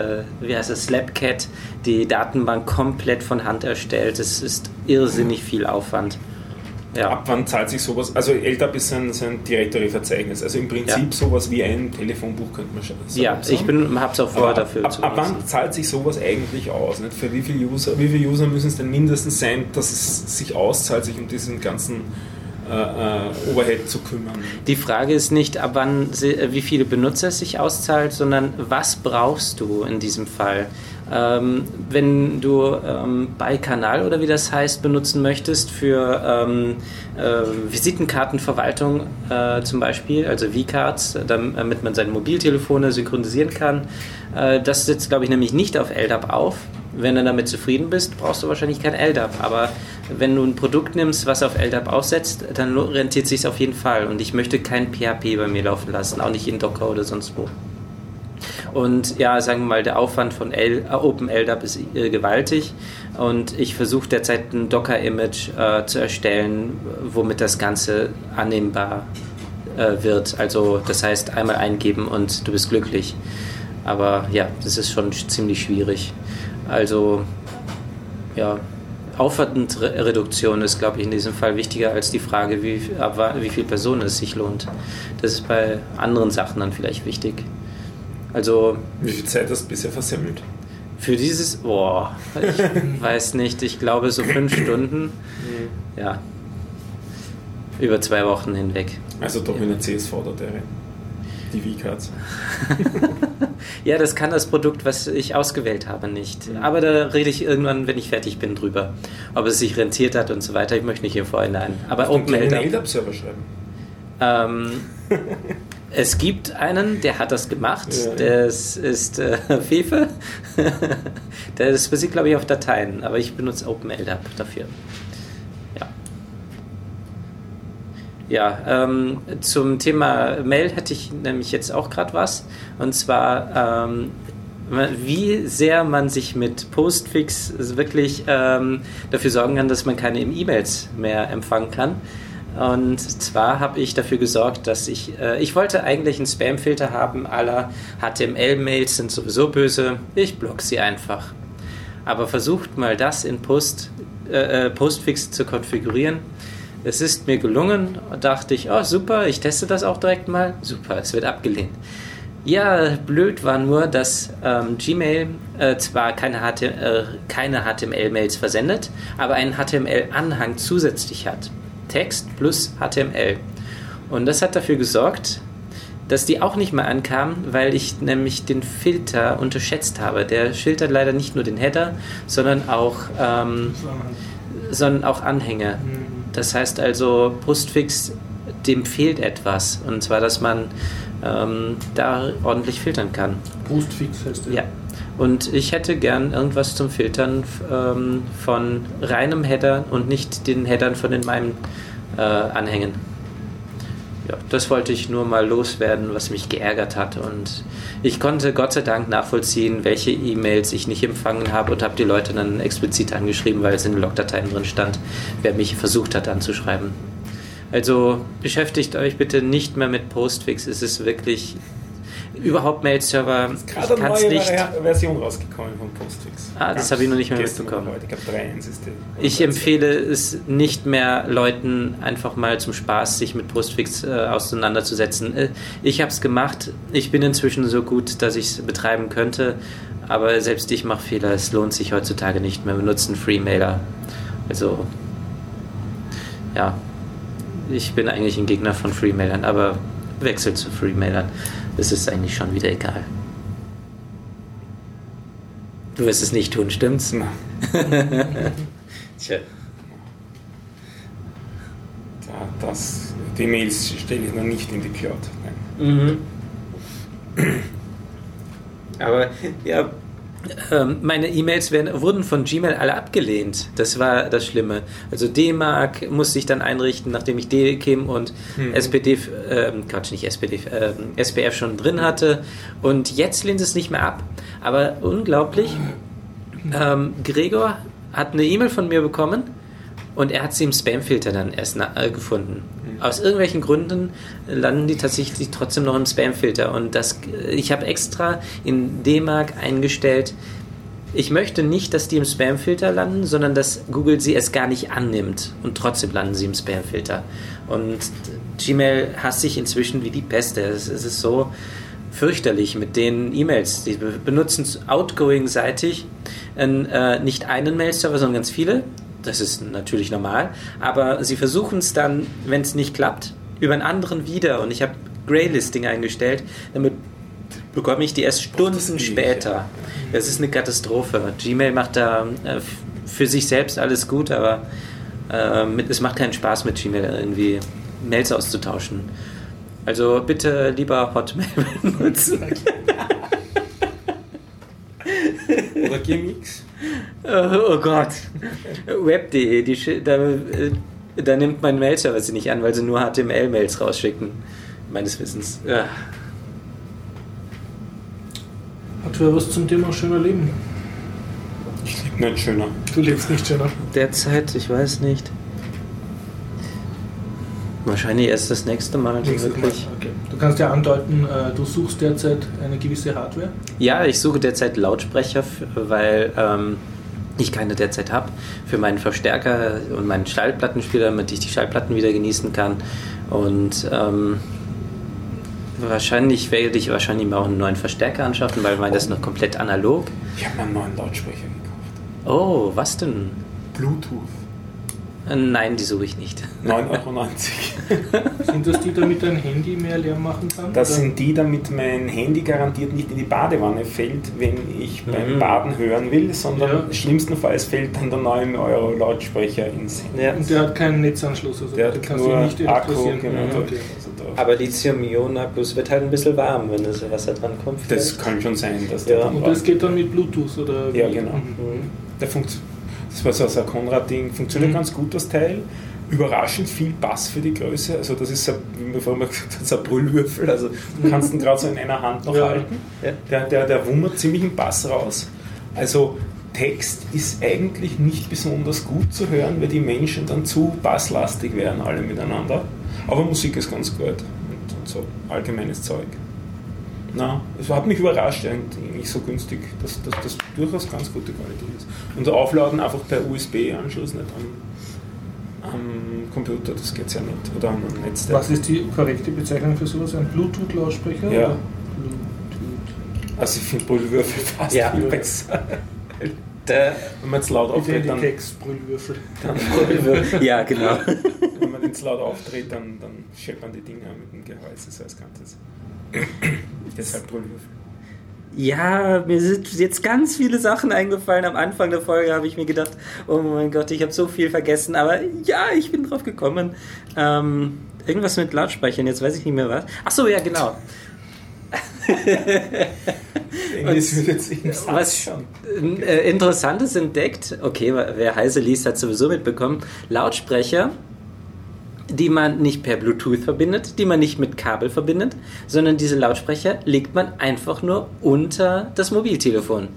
Slapcat die Datenbank komplett von Hand erstellt. Es ist irrsinnig viel Aufwand. Ja. Ab wann zahlt sich sowas? Also LDAP ist ein Directory-Verzeichnis, also im Prinzip sowas wie ein Telefonbuch, könnte man schon sagen. Ja, ich habe es auch vorher dafür zu. Ab wann zahlt sich sowas eigentlich aus? Nicht? Für wie viele User müssen es denn mindestens sein, dass es sich auszahlt, sich um diesen ganzen Overhead zu kümmern? Die Frage ist nicht, ab wann, wie viele Benutzer es sich auszahlt, sondern was brauchst du in diesem Fall? Wenn du Bikanal oder wie das heißt benutzen möchtest für Visitenkartenverwaltung zum Beispiel, also V-Cards, damit man seine Mobiltelefone synchronisieren kann, das setzt, glaube ich, nämlich nicht auf LDAP auf. Wenn du damit zufrieden bist, brauchst du wahrscheinlich kein LDAP, aber wenn du ein Produkt nimmst, was auf LDAP aufsetzt, dann rentiert es sich auf jeden Fall, und ich möchte kein PHP bei mir laufen lassen, auch nicht in Docker oder sonst wo. Und ja, sagen wir mal, der Aufwand von OpenLDAP ist gewaltig, und ich versuche derzeit ein Docker-Image zu erstellen, womit das Ganze annehmbar wird. Also das heißt, einmal eingeben und du bist glücklich. Aber ja, das ist schon ziemlich schwierig. Also ja, Aufwandreduktion ist, glaube ich, in diesem Fall wichtiger als die Frage, wie viele Personen es sich lohnt. Das ist bei anderen Sachen dann vielleicht wichtig. Also, wie viel Zeit hast du bisher versemmelt? Für dieses, ich weiß nicht, ich glaube so 5 Stunden. Ja. Über 2 Wochen hinweg. Also doch in der CSV-Datei. Die V-Cards. Ja, das kann das Produkt, was ich ausgewählt habe, nicht. Aber da rede ich irgendwann, wenn ich fertig bin, drüber. Ob es sich rentiert hat und so weiter. Ich möchte nicht im Vorhinein. Aber OpenLDAP-Server schreiben. Es gibt einen, der hat das gemacht. Ja. Das ist Fefe. Das basiert, glaube ich, auf Dateien. Aber ich benutze OpenLDAP dafür. Ja, zum Thema Mail hätte ich nämlich jetzt auch gerade was. Und zwar, wie sehr man sich mit Postfix wirklich dafür sorgen kann, dass man keine E-Mails mehr empfangen kann. Und zwar habe ich dafür gesorgt, dass ich wollte eigentlich einen Spam-Filter haben, à la HTML-Mails sind sowieso böse, ich block sie einfach. Aber versucht mal das in Postfix zu konfigurieren. Es ist mir gelungen, dachte ich, oh super, ich teste das auch direkt mal. Super, es wird abgelehnt. Ja, blöd war nur, dass Gmail zwar keine HTML-Mails versendet, aber einen HTML-Anhang zusätzlich hat. Text plus HTML. Und das hat dafür gesorgt, dass die auch nicht mehr ankamen, weil ich nämlich den Filter unterschätzt habe. Der filtert leider nicht nur den Header, sondern auch sondern auch Anhänge. Das heißt also, Postfix, dem fehlt etwas. Und zwar, dass man da ordentlich filtern kann. Postfix heißt der? Ja. Und ich hätte gern irgendwas zum Filtern von reinem Header und nicht den Headern von meinen Anhängen. Ja, das wollte ich nur mal loswerden, was mich geärgert hat. Und ich konnte Gott sei Dank nachvollziehen, welche E-Mails ich nicht empfangen habe und habe die Leute dann explizit angeschrieben, weil es in den Logdateien drin stand, wer mich versucht hat anzuschreiben. Also beschäftigt euch bitte nicht mehr mit Postfix. Es ist wirklich überhaupt Mail-Server. Es ist gerade eine neue Version rausgekommen von Postfix. Das habe ich noch nicht mehr mitbekommen. Ich glaube 3.1 ist die. Ich empfehle es nicht mehr Leuten einfach mal zum Spaß, sich mit Postfix auseinanderzusetzen. Ich habe es gemacht. Ich bin inzwischen so gut, dass ich es betreiben könnte. Aber selbst ich mache Fehler. Es lohnt sich heutzutage nicht mehr. Wir nutzen Freemailer. Also, ja. Ich bin eigentlich ein Gegner von Freemailern, aber wechsel zu Freemailern. Das ist eigentlich schon wieder egal. Du wirst es nicht tun, stimmt's? Nein. Tja. Die Mails stelle ich noch nicht in die Cloud. Nein. Aber ja, meine E-Mails wurden von Gmail alle abgelehnt. Das war das Schlimme. Also D-Mark musste ich dann einrichten, nachdem ich DKIM und SPF schon drin hatte. Und jetzt lehnt es nicht mehr ab. Aber unglaublich, Gregor hat eine E-Mail von mir bekommen und er hat sie im Spamfilter dann erst gefunden. Aus irgendwelchen Gründen landen die tatsächlich trotzdem noch im Spamfilter. Und ich habe extra in D-Mark eingestellt, ich möchte nicht, dass die im Spamfilter landen, sondern dass Google sie es gar nicht annimmt. Und trotzdem landen sie im Spamfilter. Und Gmail hasst sich inzwischen wie die Peste. Es ist so fürchterlich mit den E-Mails. Die benutzen outgoing-seitig nicht einen Mail-Server, sondern ganz viele. Das ist natürlich normal, aber sie versuchen es dann, wenn es nicht klappt, über einen anderen wieder. Und ich habe Graylisting eingestellt, damit bekomme ich die erst Stunden später. Das ist eine Katastrophe. Gmail macht da für sich selbst alles gut, aber es macht keinen Spaß mit Gmail irgendwie Mails auszutauschen. Also bitte lieber Hotmail benutzen. Oder Gmx. Oh Gott. Web.de, da nimmt mein Mail-Server sie nicht an, weil sie nur HTML-Mails rausschicken. Meines Wissens. Ja. Hat wer was zum Thema schöner Leben? Ich lebe nicht schöner. Du lebst nicht schöner. Derzeit, ich weiß nicht. Wahrscheinlich erst das nächste Mal. Wirklich. Okay. Du kannst ja andeuten, du suchst derzeit eine gewisse Hardware? Ja, ich suche derzeit Lautsprecher, weil ich keine derzeit habe, für meinen Verstärker und meinen Schallplattenspieler, damit ich die Schallplatten wieder genießen kann. Und wahrscheinlich werde ich auch einen neuen Verstärker anschaffen, weil meiner ist noch komplett analog. Ich habe mir einen neuen Lautsprecher gekauft. Oh, was denn? Bluetooth. Nein, die suche ich nicht. 9,90 €. Sind das die, damit dein Handy mehr Lärm machen kann? Das oder? sind die, damit mein Handy garantiert nicht in die Badewanne fällt, wenn ich beim Baden hören will, sondern schlimmstenfalls fällt dann der 9 € Lautsprecher ins Handy. Ja. Und der hat keinen Netzanschluss, also der hat nur nicht Akku. Genau, okay. Aber Lithium-Ionen-Akkus wird halt ein bisschen warm, wenn das Wasser dran kommt. Das kann schon sein, dass der dann und das geht dann mit Bluetooth, oder? Ja, genau. Der das war so ein Konrad-Ding, funktioniert ganz gut, das Teil. Überraschend viel Bass für die Größe. Also das ist, wie wir vorhin mal gesagt haben, so ein Brüllwürfel. Also du kannst ihn gerade so in einer Hand noch halten. Ja. Der wummert ziemlich im Bass raus. Also Text ist eigentlich nicht besonders gut zu hören, weil die Menschen dann zu basslastig werden, alle miteinander. Aber Musik ist ganz gut und so allgemeines Zeug. Na, es hat mich überrascht, eigentlich so günstig, dass das durchaus ganz gute Qualität ist. Und Aufladen einfach per USB-Anschluss, nicht am Computer, das geht ja nicht. Oder am Netz. Was ist die korrekte Bezeichnung für sowas? Ein Bluetooth-Lautsprecher? Ja. Oder? Also ich finde Brüllwürfel fast viel besser. Wenn man jetzt laut auftritt, dann... Brüllwürfel. Ja, genau. Wenn man jetzt laut auftritt, dann scheppern die Dinger mit dem Gehäuse, so als Ganzes. Deshalb Brüllwürfel. Ja, mir sind jetzt ganz viele Sachen eingefallen. Am Anfang der Folge habe ich mir gedacht, oh mein Gott, ich habe so viel vergessen. Aber ja, ich bin drauf gekommen. Irgendwas mit Lautsprechern, jetzt weiß ich nicht mehr was. Ach so, ja, genau. Was Interessantes entdeckt, okay, wer Heise liest, hat sowieso mitbekommen, Lautsprecher, die man nicht per Bluetooth verbindet, die man nicht mit Kabel verbindet, sondern diese Lautsprecher legt man einfach nur unter das Mobiltelefon.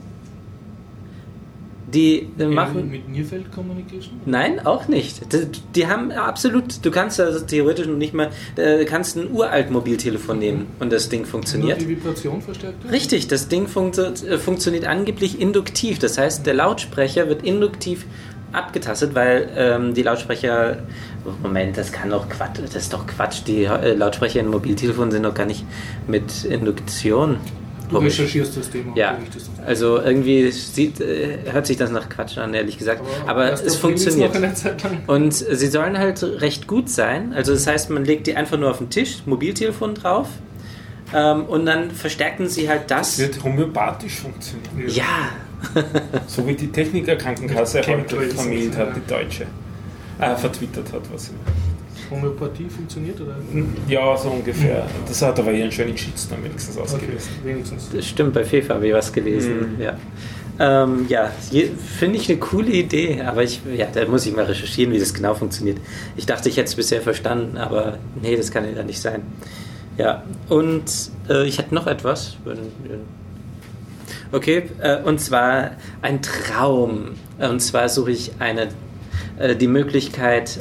Die machen... Mit Nearfield Communication? Nein, auch nicht. Die haben absolut... Du kannst also theoretisch noch nicht mal... Du kannst ein uralt Mobiltelefon nehmen und das Ding funktioniert. Nur die Vibration verstärkt? Richtig, das Ding funktioniert angeblich induktiv. Das heißt, der Lautsprecher wird induktiv abgetastet, weil die Lautsprecher... Moment, das kann doch Quatsch. Das ist doch Quatsch. Die Lautsprecher in Mobiltelefonen sind doch gar nicht mit Induktion. Du recherchierst das Thema. Ja, also irgendwie hört sich das nach Quatsch an, ehrlich gesagt. Aber es funktioniert. Und sie sollen halt recht gut sein. Also das heißt, man legt die einfach nur auf den Tisch, Mobiltelefon drauf, und dann verstärken sie halt das. Das wird homöopathisch funktionieren. Ja. So wie die Techniker-Krankenkasse heute vermeldet hat, die deutsche. Vertwittert hat, was sie. Homöopathie funktioniert, oder? Ja, so ungefähr. Das hat aber ihren schönen Shitstorm wenigstens ausgelöst. Okay, wenigstens. Das stimmt, bei FIFA habe ich was gelesen. Ja, finde ich eine coole Idee, aber da muss ich mal recherchieren, wie das genau funktioniert. Ich dachte, ich hätte es bisher verstanden, aber nee, das kann ja nicht sein. Ja, und ich hatte noch etwas. Okay, und zwar ein Traum. Und zwar suche ich die Möglichkeit,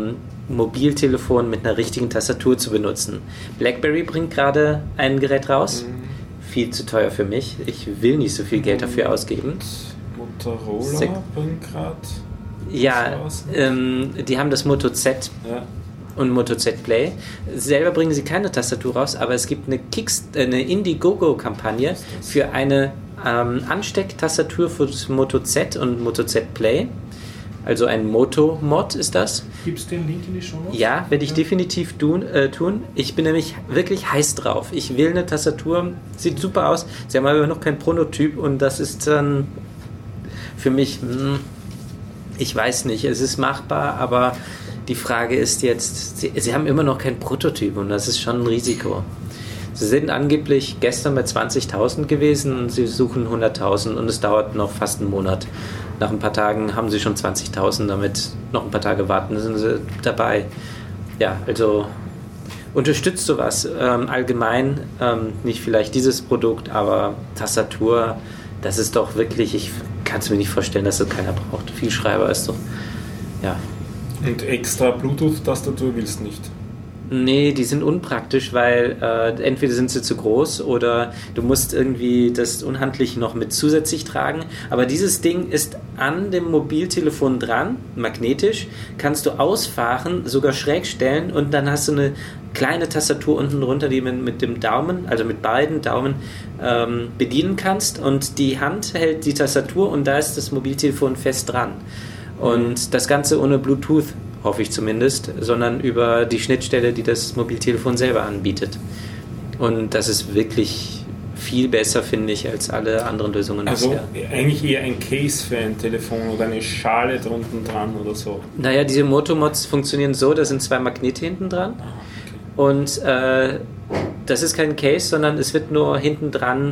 Mobiltelefon mit einer richtigen Tastatur zu benutzen. BlackBerry bringt gerade ein Gerät raus. Viel zu teuer für mich. Ich will nicht so viel Geld dafür ausgeben. Motorola bringt gerade. Ja, die haben das Moto Z und Moto Z Play. Selber bringen sie keine Tastatur raus, aber es gibt eine Indiegogo-Kampagne für eine Anstecktastatur für das Moto Z und Moto Z Play. Also ein Moto-Mod ist das. Gibt es den Link in die Shownotes? Ja, werde ich definitiv tun. Ich bin nämlich wirklich heiß drauf. Ich will eine Tastatur, sieht super aus. Sie haben aber noch kein Prototyp und das ist dann für mich, ich weiß nicht, es ist machbar, aber die Frage ist jetzt, sie haben immer noch kein Prototyp und das ist schon ein Risiko. Sie sind angeblich gestern bei 20.000 gewesen und sie suchen 100.000 und es dauert noch fast einen Monat. Nach ein paar Tagen haben sie schon 20.000, damit noch ein paar Tage warten, sind sie dabei. Ja, also unterstützt sowas. Allgemein, nicht vielleicht dieses Produkt, aber Tastatur, das ist doch wirklich, ich kann es mir nicht vorstellen, dass das keiner braucht. Viel Schreiber ist doch, ja. Und extra Bluetooth-Tastatur willst du nicht? Nee, die sind unpraktisch, weil entweder sind sie zu groß oder du musst irgendwie das unhandlich noch mit zusätzlich tragen. Aber dieses Ding ist an dem Mobiltelefon dran, magnetisch, kannst du ausfahren, sogar schräg stellen und dann hast du eine kleine Tastatur unten drunter, die man mit dem Daumen, also mit beiden Daumen bedienen kannst und die Hand hält die Tastatur und da ist das Mobiltelefon fest dran. Und das Ganze ohne Bluetooth, hoffe ich zumindest, sondern über die Schnittstelle, die das Mobiltelefon selber anbietet. Und das ist wirklich viel besser, finde ich, als alle anderen Lösungen. Also bisher. Eigentlich eher ein Case für ein Telefon oder eine Schale drunten dran oder so. Naja, diese Motomods funktionieren so, da sind 2 Magnete hinten dran. Okay. Und das ist kein Case, sondern es wird nur hinten dran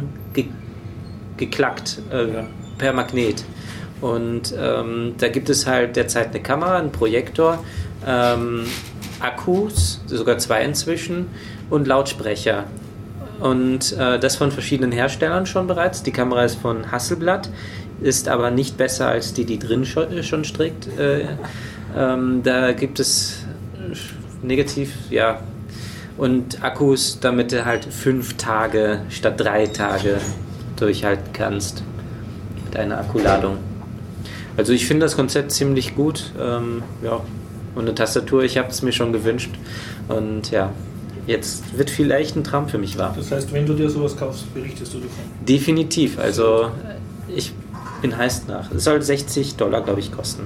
geklackt per Magnet. Und da gibt es halt derzeit eine Kamera, einen Projektor, Akkus, sogar 2 inzwischen, und Lautsprecher. Und das von verschiedenen Herstellern schon bereits. Die Kamera ist von Hasselblad, ist aber nicht besser als die drin schon strickt. Da gibt es negativ, ja. Und Akkus, damit du halt 5 Tage statt 3 Tage durchhalten kannst mit einer Akkuladung. Also ich finde das Konzept ziemlich gut. Ja. Und eine Tastatur, ich habe es mir schon gewünscht. Und ja, jetzt wird vielleicht ein Traum für mich wahr. Das heißt, wenn du dir sowas kaufst, berichtest du davon? Definitiv. Also ich bin heiß nach. Es soll $60, glaube ich, kosten.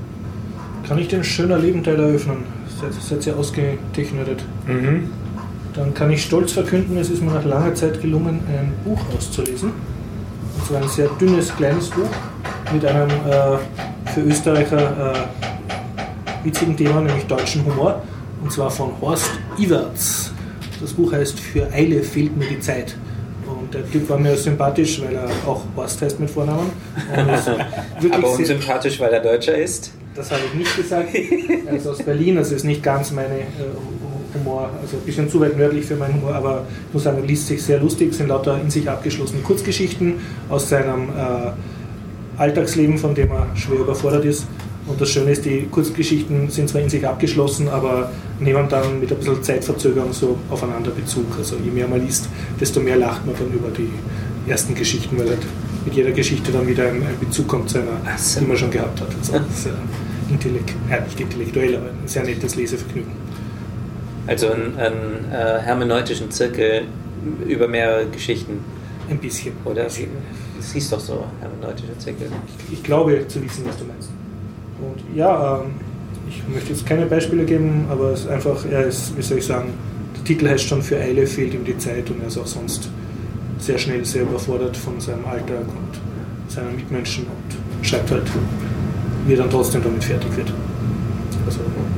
Kann ich den schöner Lebenteil eröffnen? Seid ihr ausgetechnet? dann kann ich stolz verkünden, es ist mir nach langer Zeit gelungen, ein Buch auszulesen. Und zwar ein sehr dünnes, kleines Buch mit einem für Österreicher witzigen Thema, nämlich deutschen Humor. Und zwar von Horst Iwerz. Das Buch heißt "Für Eile fehlt mir die Zeit". Und der Typ war mir sympathisch, weil er auch Horst heißt mit Vornamen. Aber unsympathisch, weil er Deutscher ist? Das habe ich nicht gesagt. Er ist aus Berlin, also ist nicht ganz meine Humor, also ein bisschen zu weit nördlich für meinen Humor, aber ich muss sagen, er liest sich sehr lustig, sind lauter in sich abgeschlossene Kurzgeschichten aus seinem Alltagsleben, von dem er schwer überfordert ist. Und das Schöne ist, die Kurzgeschichten sind zwar in sich abgeschlossen, aber nehmen dann mit ein bisschen Zeitverzögerung so aufeinander Bezug. Also je mehr man liest, desto mehr lacht man dann über die ersten Geschichten, weil halt mit jeder Geschichte dann wieder ein Bezug kommt zu einer, die man schon gehabt hat. Also sehr nicht intellektuell, aber ein sehr nettes Lesevergnügen. Also einen hermeneutischen Zirkel über mehrere Geschichten. Ein bisschen. Oder? Das hieß doch so, hermeneutischer Zirkel. Ich glaube zu wissen, was du meinst. Und ja, ich möchte jetzt keine Beispiele geben, aber es ist einfach, er ist, wie soll ich sagen, der Titel heißt schon "Für Eile fehlt ihm die Zeit", und er ist auch sonst sehr schnell sehr überfordert von seinem Alltag und seinen Mitmenschen und schreibt halt, wie er dann trotzdem damit fertig wird. Also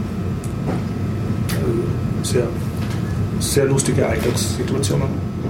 sehr, sehr lustige Alltagssituationen.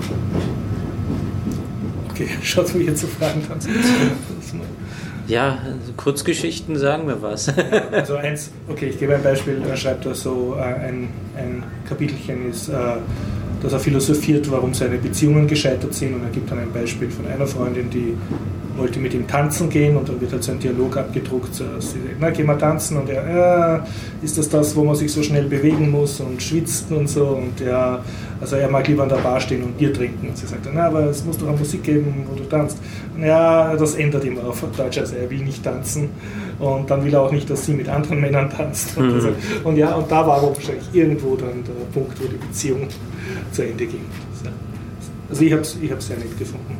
Okay, schaut mich jetzt zu fragen kannst. Ja, also Kurzgeschichten sagen mir was. Also eins, okay, ich gebe ein Beispiel, er schreibt da so, ein Kapitelchen ist, dass er philosophiert, warum seine Beziehungen gescheitert sind, und er gibt dann ein Beispiel von einer Freundin, die wollte mit ihm tanzen gehen, und dann wird halt so ein Dialog abgedruckt, sie sagt, na, geh mal tanzen, und er, ist das, wo man sich so schnell bewegen muss und schwitzt und so, und ja, also er mag lieber an der Bar stehen und Bier trinken, und sie sagt, na, aber es muss doch eine Musik geben, wo du tanzt. Und ja, das ändert immer auf Deutsch, also er will nicht tanzen, und dann will er auch nicht, dass sie mit anderen Männern tanzt. Und, und ja, und da war wahrscheinlich irgendwo dann der Punkt, wo die Beziehung zu Ende ging. Also ich hab's sehr nett gefunden.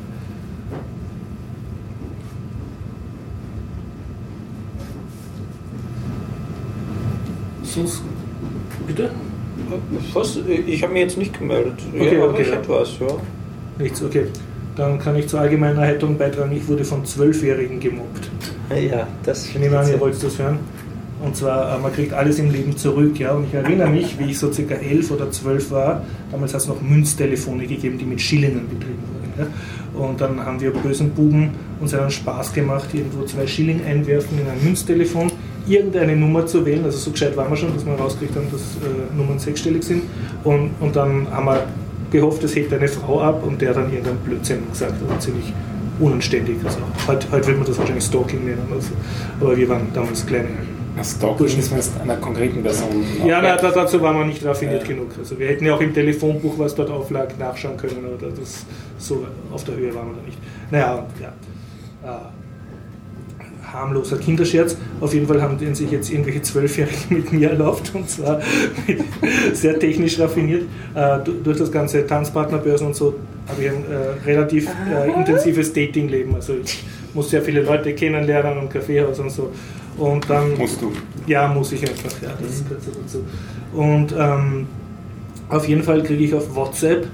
Sonst, bitte? Was? Ich habe mich jetzt nicht gemeldet. Okay, ja, okay. Ich hätte was, ja. Nichts, okay. Dann kann ich zur allgemeinen Erheiterung beitragen, ich wurde von 12-Jährigen gemobbt. Ja, das... Ich nehme an, ihr wollt das hören. Und zwar, man kriegt alles im Leben zurück, ja. Und ich erinnere mich, wie ich so circa 11 oder 12 war, damals hat es noch Münztelefone gegeben, die mit Schillingen betrieben wurden. Ja. Und dann haben wir bösen Buben uns einen Spaß gemacht, irgendwo 2 Schilling einwerfen in ein Münztelefon, irgendeine Nummer zu wählen, also so gescheit waren wir schon, dass wir rausgekriegt haben, dass Nummern 6-stellig sind. Und dann haben wir gehofft, es hebt eine Frau ab, und der dann irgendeinen Blödsinn gesagt, also ziemlich unanständig. Also heute würde man das wahrscheinlich Stalking nennen, also, aber wir waren damals kleine. Stalking ist man einer konkreten Person. Ja, dazu waren wir nicht raffiniert genug. Also wir hätten ja auch im Telefonbuch, was dort auflag, nachschauen können, aber das, so auf der Höhe waren wir da nicht. Naja, ja. Harmloser Kinderscherz. Auf jeden Fall haben sich jetzt irgendwelche 12-Jährigen mit mir erlaubt, und zwar sehr technisch raffiniert. Durch das ganze Tanzpartnerbörsen und so habe ich ein relativ intensives Datingleben. Also ich muss sehr viele Leute kennenlernen und Kaffeehaus und so. Und dann, musst du? Ja, muss ich einfach. Ja, das gehört so dazu. Und auf jeden Fall kriege ich auf WhatsApp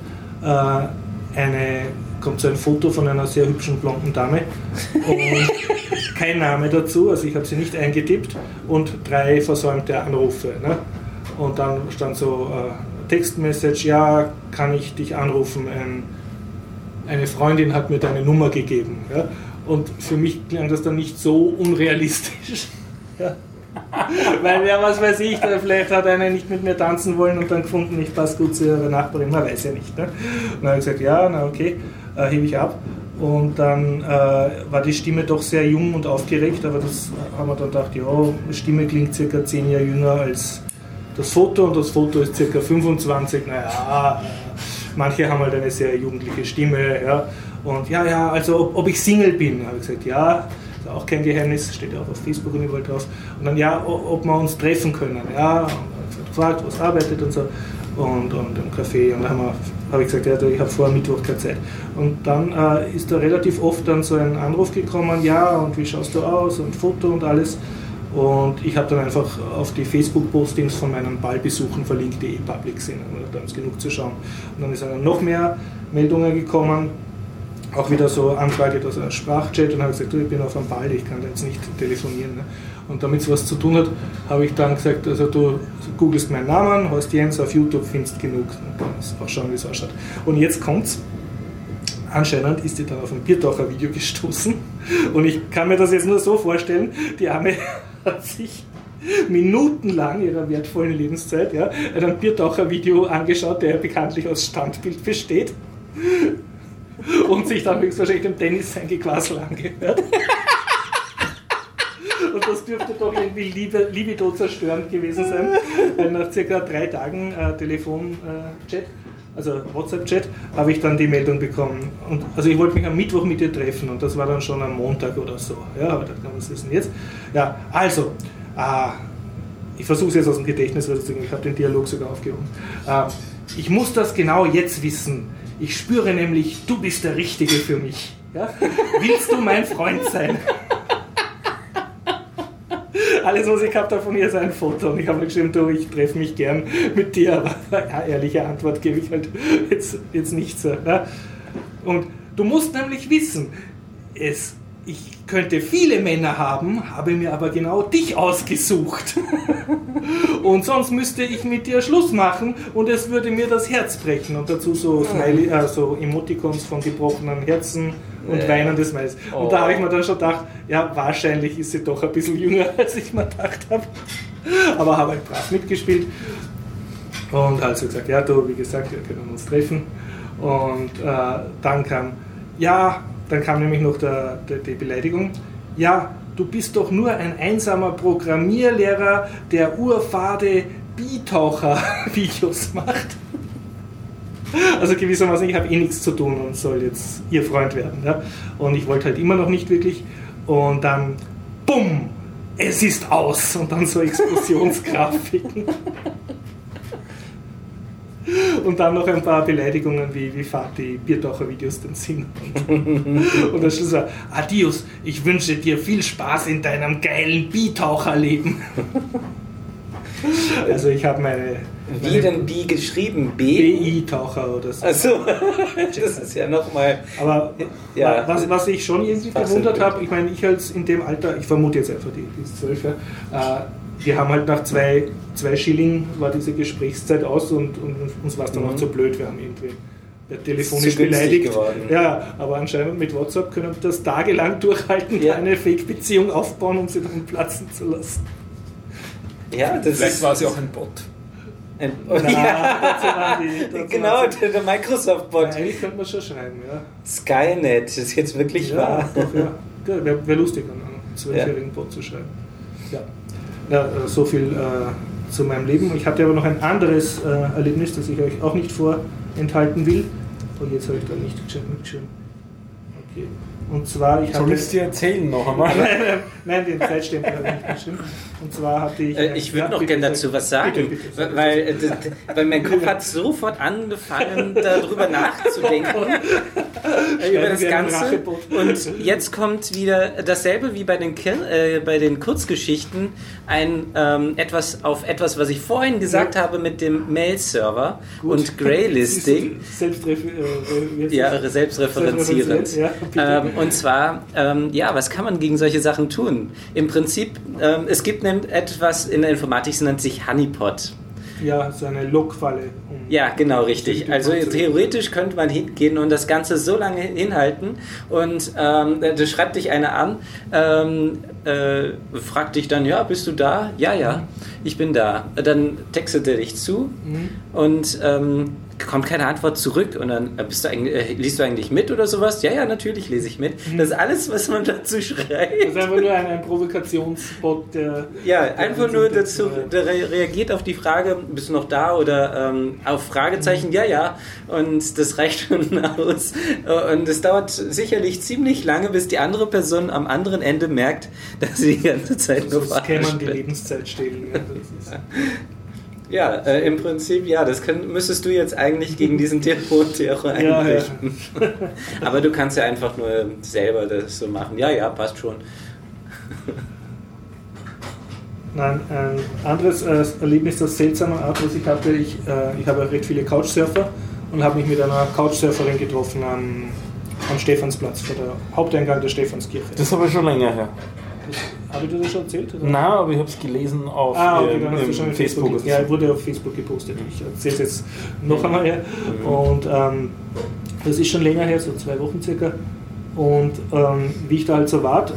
kommt so ein Foto von einer sehr hübschen blonden Dame und kein Name dazu, also ich habe sie nicht eingetippt, und 3 versäumte Anrufe. Ne? Und dann stand so Textmessage, ja, kann ich dich anrufen, eine Freundin hat mir deine Nummer gegeben. Ja? Und für mich klang das dann nicht so unrealistisch. Ja? Weil, ja, was weiß ich, vielleicht hat eine nicht mit mir tanzen wollen und dann gefunden, ich passe gut zu ihrer Nachbarin, man weiß ja nicht. Ne? Und dann habe ich gesagt, ja, na okay, hebe ich ab. Und dann war die Stimme doch sehr jung und aufgeregt, aber das haben wir dann gedacht, ja, die Stimme klingt circa 10 Jahre jünger als das Foto, und das Foto ist circa 25, naja, manche haben halt eine sehr jugendliche Stimme, ja. Und ja, also ob ich Single bin, habe ich gesagt, ja. Ist auch kein Geheimnis, steht ja auch auf Facebook und überall drauf. Und dann, ja, ob wir uns treffen können. Ja, und dann gefragt, was arbeitet und so. Und im Café. Und dann habe ich gesagt, ja, ich habe vor Mittwoch keine Zeit. Und dann ist da relativ oft dann so ein Anruf gekommen, ja, und wie schaust du aus und Foto und alles. Und ich habe dann einfach auf die Facebook-Postings von meinen Ballbesuchen verlinkt, die public sind. Da ist genug zu schauen. Und dann ist dann noch mehr Meldungen gekommen. Auch wieder so Anfrage, dass ein Sprachchat, und habe gesagt, ich bin auf einem Ball, ich kann da jetzt nicht telefonieren. Ne? Und damit es was zu tun hat, habe ich dann gesagt, also du googelst meinen Namen, Horst Jens, auf YouTube findest genug. Und dann kannst du auch schauen, wie es ausschaut. Und jetzt kommt's. Anscheinend ist die dann auf ein Biertaucher-Video gestoßen. Und ich kann mir das jetzt nur so vorstellen, die Arme hat sich minutenlang ihrer wertvollen Lebenszeit ein Biertaucher-Video angeschaut, der ja bekanntlich aus Standbild besteht. Und sich dann höchstwahrscheinlich dem Dennis sein Gequassel angehört. Und das dürfte doch irgendwie libido zerstörend gewesen sein, weil nach ca. 3 Tagen Telefonchat, also WhatsApp-Chat, habe ich dann die Meldung bekommen. Und, also ich wollte mich am Mittwoch mit ihr treffen und das war dann schon am Montag oder so. Ja, aber da kann man es wissen jetzt. Ja, also, ich versuche es jetzt aus dem Gedächtnis rauszukriegen, ich habe den Dialog sogar aufgehoben. Ich muss das genau jetzt wissen. Ich spüre nämlich, du bist der Richtige für mich. Ja? Willst du mein Freund sein? Alles, was ich habe davon hier, ist ein Foto. Und ich habe geschrieben, du, ich treffe mich gern mit dir. Aber ehrliche Antwort gebe ich halt jetzt nicht so. Ja? Und du musst nämlich wissen, ich könnte viele Männer haben, habe mir aber genau dich ausgesucht. Und sonst müsste ich mit dir Schluss machen und es würde mir das Herz brechen. Und dazu so so Emoticons von gebrochenen Herzen und weinendes Mais. Und da habe ich mir dann schon gedacht, ja, wahrscheinlich ist sie doch ein bisschen jünger, als ich mir gedacht habe. Aber habe halt brav mitgespielt. Und also gesagt, ja, du, wie gesagt, wir können uns treffen. Und dann kam nämlich noch die Beleidigung. Ja, du bist doch nur ein einsamer Programmierlehrer, der urfade Bietaucher-Videos macht. Also gewissermaßen, ich habe nichts zu tun und soll jetzt ihr Freund werden. Ja? Und ich wollte halt immer noch nicht wirklich. Und dann, bumm, es ist aus. Und dann so Explosionsgrafiken. Und dann noch ein paar Beleidigungen, wie fad die Biertaucher-Videos denn sind. Und der Schluss war, adios, ich wünsche dir viel Spaß in deinem geilen Biertaucherleben. Also ich habe meine... Wie denn Bi geschrieben? BI-Taucher oder so. Achso, das ist ja nochmal... Aber ja. Was ich schon irgendwie gewundert habe, ich meine, ich als in dem Alter, ich vermute jetzt einfach, die ist 12, wir haben halt nach 2 Schilling war diese Gesprächszeit aus und uns war es dann auch zu blöd, wir haben irgendwie telefonisch beleidigt. Geworden. Ja, aber anscheinend mit WhatsApp können wir das tagelang durchhalten, eine Fake-Beziehung aufbauen, um sie dann platzen zu lassen. Ja, vielleicht war sie auch ein Bot. Genau, der Microsoft-Bot. Ja, eigentlich könnte man schon schreiben, ja. Skynet, das ist jetzt wirklich wahr. Doch, ja. Wäre lustig, einen 12-jährigen Bot zu schreiben. Ja, so viel zu meinem Leben. Ich hatte aber noch ein anderes Erlebnis, das ich euch auch nicht vorenthalten will. Und jetzt habe ich da nicht mitgeschrieben. Okay. Und zwar, ich hatte... Soll ich es dir erzählen noch einmal? Nein, den Zeitstempel habe ich nicht geschrieben. Und zwar hatte ich... ich würde noch gerne dazu was sagen, bitte. Weil mein Kopf hat sofort angefangen, darüber nachzudenken, über das Ganze. Und jetzt kommt wieder dasselbe wie bei den Kurzgeschichten, etwas, was ich vorhin gesagt habe mit dem Mail-Server und Greylisting. Selbstreferenzierend. Ja, und zwar, was kann man gegen solche Sachen tun? Im Prinzip, es gibt etwas in der Informatik, das nennt sich Honeypot. Ja, so eine Lockfalle. Ja, genau, richtig. Also theoretisch könnte man hingehen und das Ganze so lange hinhalten und da schreibt dich einer an, fragt dich dann, ja, bist du da? Ja, ich bin da. Dann textet er dich zu und kommt keine Antwort zurück und dann liest du eigentlich mit oder sowas? Ja, natürlich lese ich mit. Das ist alles, was man dazu schreibt. Das ist einfach nur ein Provokationsbot, der... Ja, einfach nur dazu, der reagiert auf die Frage, bist du noch da oder auf Fragezeichen, ja, und das reicht schon aus. Und es dauert sicherlich ziemlich lange, bis die andere Person am anderen Ende merkt, dass sie die ganze Zeit nur verarscht wird. So kann man die Lebenszeit stehlen. Ja, im Prinzip, das müsstest du jetzt eigentlich gegen diesen Telefonterror einrichten. Ja. Aber du kannst ja einfach nur selber das so machen. Ja, passt schon. Nein, ein anderes Erlebnis, das seltsame Art, was ich hatte, ich habe recht viele Couchsurfer und habe mich mit einer Couchsurferin getroffen am Stephansplatz, vor der Haupteingang der Stephanskirche. Das ist aber schon länger her. Habe ich dir das schon erzählt? Oder? Nein, aber ich habe es gelesen auf dann hast du schon Facebook. Ja, wurde auf Facebook gepostet. Ich erzähle es jetzt noch einmal her. Und das ist schon länger her, so 2 Wochen circa. Und wie ich da halt so war,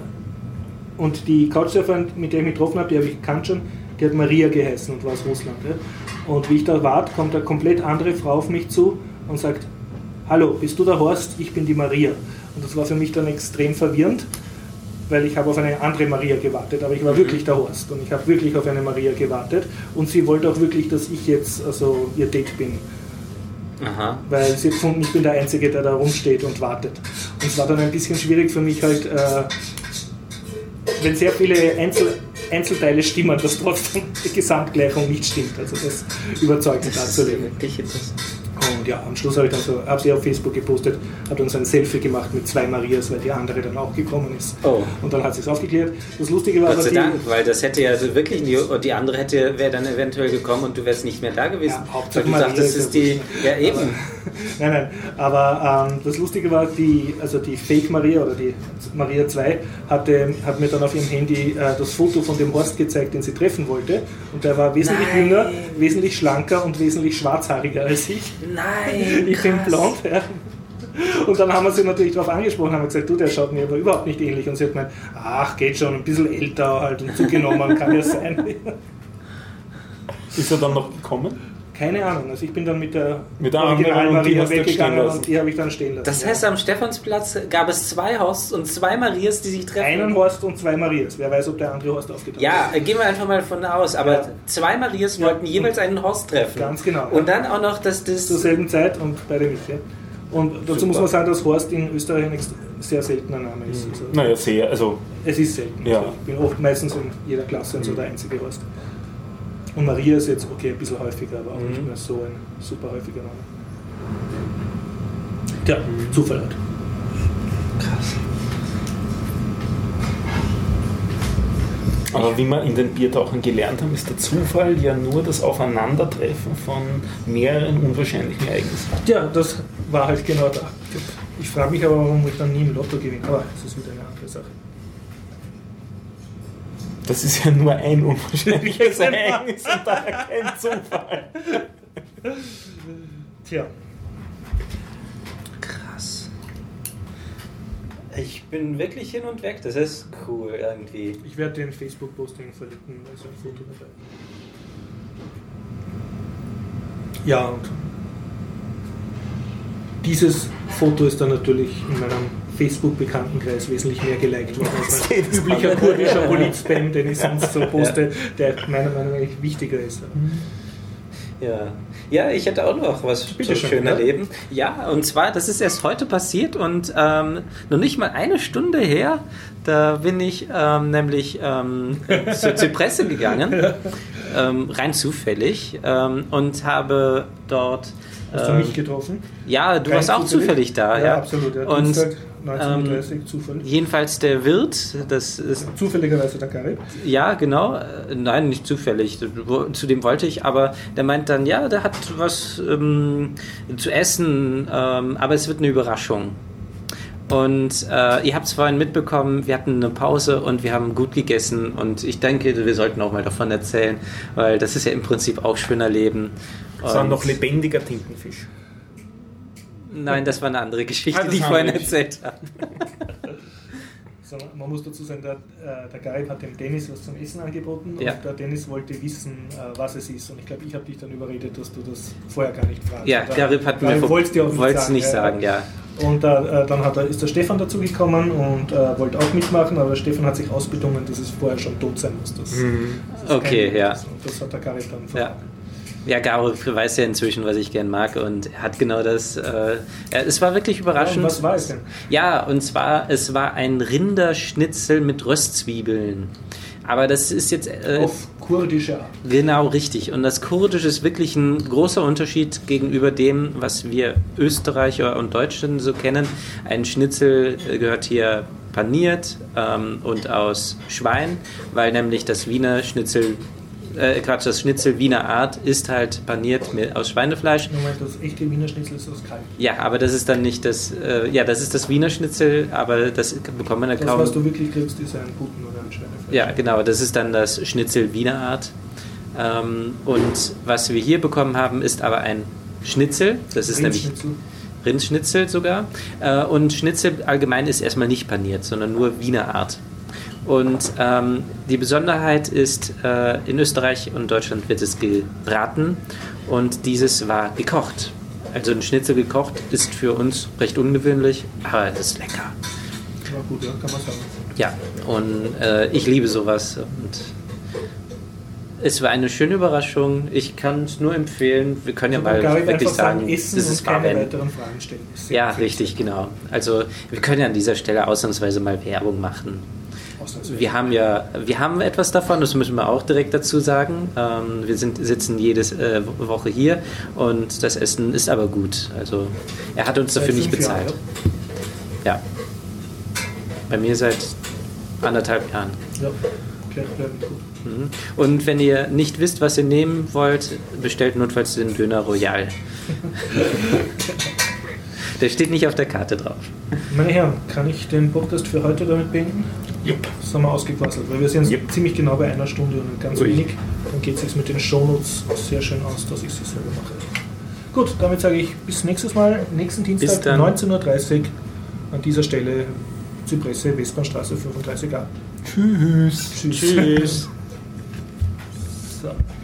und die Couchsurferin, mit der ich mich getroffen habe, die habe ich gekannt schon, die hat Maria geheißen und war aus Russland. Ja. Und wie ich da war, kommt eine komplett andere Frau auf mich zu und sagt: Hallo, bist du der Horst? Ich bin die Maria. Und das war für mich dann extrem verwirrend, weil ich habe auf eine andere Maria gewartet, aber ich war wirklich der Horst und ich habe wirklich auf eine Maria gewartet und sie wollte auch wirklich, dass ich jetzt also ihr Date bin. Aha. Weil sie gefunden, ich bin der Einzige, der da rumsteht und wartet. Und es war dann ein bisschen schwierig für mich halt, wenn sehr viele Einzelteile stimmen, dass trotzdem die Gesamtgleichung nicht stimmt. Also das überzeugend darzulegen. Und ja, am Schluss habe ich dann habe sie auf Facebook gepostet, habe dann so ein Selfie gemacht mit 2 Marias, weil die andere dann auch gekommen ist. Oh. Und dann hat sie es aufgeklärt. Das Lustige war, Gott sei Dank, weil das hätte ja also wirklich, die andere wäre dann eventuell gekommen und du wärst nicht mehr da gewesen. Ja, Hauptsache du dachtest, das ist die, ja eben. Aber, nein, aber das Lustige war, die Fake Maria oder die Maria 2 hat mir dann auf ihrem Handy das Foto von dem Horst gezeigt, den sie treffen wollte. Und der war wesentlich jünger, wesentlich schlanker und wesentlich schwarzhaariger als ich. Nein, ich bin blond, ja. Und dann haben wir sie natürlich darauf angesprochen, haben gesagt, du, der schaut mir aber überhaupt nicht ähnlich. Und sie hat gemeint, ach, geht schon, ein bisschen älter halt und zugenommen, kann ja sein. Ist er dann noch gekommen? Keine Ahnung, also ich bin dann mit der Original Maria weggegangen und die habe ich dann stehen lassen. Das heißt, am Stephansplatz gab es 2 Horsts und 2 Marias, die sich treffen? Einen Horst und 2 Marias. Wer weiß, ob der andere Horst aufgetaucht ist. Ja, gehen wir einfach mal von aus. Aber 2 Marias wollten jeweils einen Horst treffen. Ganz genau. Und dann auch noch, dass das... Zur selben Zeit und beide mit. Ja. Und dazu muss man sagen, dass Horst in Österreich ein sehr seltener Name ist. Also naja, sehr. Also es ist selten. Ja. Also ich bin oft meistens in jeder Klasse und so der einzige Horst. Und Maria ist jetzt okay, ein bisschen häufiger, aber auch nicht mehr so ein super häufiger Name. Tja, Zufall halt. Krass. Aber wie wir in den Biertauchern gelernt haben, ist der Zufall ja nur das Aufeinandertreffen von mehreren unwahrscheinlichen Ereignissen. Ja, das war halt genau da. Ich frage mich aber, warum ich dann nie im Lotto gewinne. Aber das ist wieder eine andere Sache. Das ist ja nur ein unwahrscheinliches Ereignis und daher kein Zufall. Tja. Krass. Ich bin wirklich hin und weg, das ist cool irgendwie. Ich werde den Facebook-Posting verlinken, da ist ein Foto dabei. Ja, und dieses Foto ist dann natürlich in meinem Facebook-Bekanntenkreis wesentlich mehr geliked worden als ein üblicher kurdischer Polit-Spam, den ich sonst so poste, der meiner Meinung nach wichtiger ist. Ja, ich hätte auch noch was Bitte so schön erleben. Ja, und zwar, das ist erst heute passiert und noch nicht mal eine Stunde her, da bin ich nämlich zur Presse gegangen, rein zufällig, und habe dort... Hast du mich getroffen? Ja, du warst auch zufällig da. Ja, absolut. Ja. Und 1930, zufällig. Jedenfalls der Wirt, das ist... Zufälligerweise der Garib? Ja, genau. Nein, nicht zufällig. Zu dem wollte ich, aber der meint dann, ja, der hat was zu essen, aber es wird eine Überraschung. Und ihr habt es vorhin mitbekommen, wir hatten eine Pause und wir haben gut gegessen und ich denke, wir sollten auch mal davon erzählen, weil das ist ja im Prinzip auch schön erleben. Das war noch lebendiger Tintenfisch. Nein, das war eine andere Geschichte, die ich vorhin erzählt habe. Man muss dazu sagen, der Garib hat dem Dennis was zum Essen angeboten und der Dennis wollte wissen, was es ist. Und ich glaube, ich habe dich dann überredet, dass du das vorher gar nicht fragst. Ja, Garib hat mir wollte es nicht sagen, ja. Und dann ist der Stefan dazu gekommen und wollte auch mitmachen, aber der Stefan hat sich ausbedungen, dass es vorher schon tot sein muss. Das okay, ja. Und das hat der Garib dann verraten. Ja, Garo weiß ja inzwischen, was ich gern mag und er hat genau das. Es war wirklich überraschend. Und was war es denn? Ja, und zwar, es war ein Rinderschnitzel mit Röstzwiebeln. Aber das ist jetzt... auf kurdische Art. Genau, richtig. Und das Kurdische ist wirklich ein großer Unterschied gegenüber dem, was wir Österreicher und Deutschen so kennen. Ein Schnitzel gehört hier paniert und aus Schwein, weil nämlich das Wiener Schnitzel, das Schnitzel Wiener Art ist halt paniert aus Schweinefleisch. Moment, das echte Wiener Schnitzel ist aus Kalb. Ja, aber das ist dann nicht das, das ist das Wiener Schnitzel, aber das bekommt man ja kaum. Das, was du wirklich kriegst, ist ein Puten oder ein Schweinefleisch. Ja, genau, das ist dann das Schnitzel Wiener Art. Und was wir hier bekommen haben, ist aber ein Schnitzel, das ist nämlich Rindschnitzel sogar. Und Schnitzel allgemein ist erstmal nicht paniert, sondern nur Wiener Art. Und die Besonderheit ist, in Österreich und Deutschland wird es gebraten und dieses war gekocht. Also ein Schnitzel gekocht ist für uns recht ungewöhnlich, aber es ist lecker. War gut, ja, kann man sagen. Ja, und ich liebe sowas und es war eine schöne Überraschung. Ich kann es nur empfehlen. Wir können ja mal wirklich sagen, essen das ist und keine weiteren Fragen stellen. Ja, richtig, genau. Also wir können ja an dieser Stelle ausnahmsweise mal Werbung machen. Wir haben etwas davon, das müssen wir auch direkt dazu sagen. Wir sitzen jede Woche hier und das Essen ist aber gut. Also er hat uns dafür nicht bezahlt. Ja. Bei mir seit 1,5 Jahren. Ja, bleibt gut. Und wenn ihr nicht wisst, was ihr nehmen wollt, bestellt notfalls den Döner Royal. Der steht nicht auf der Karte drauf. Meine Herren, kann ich den Podcast für heute damit beenden? Yep. Das haben wir ausgequasselt, weil wir sind ziemlich genau bei 1 Stunde und ganz wenig. Dann geht es jetzt mit den Shownotes sehr schön aus, dass ich sie selber mache. Gut, damit sage ich bis nächstes Mal, nächsten Dienstag, 19:30 Uhr an dieser Stelle Zypresse, Westbahnstraße 35a. Tschüss. Tschüss. So.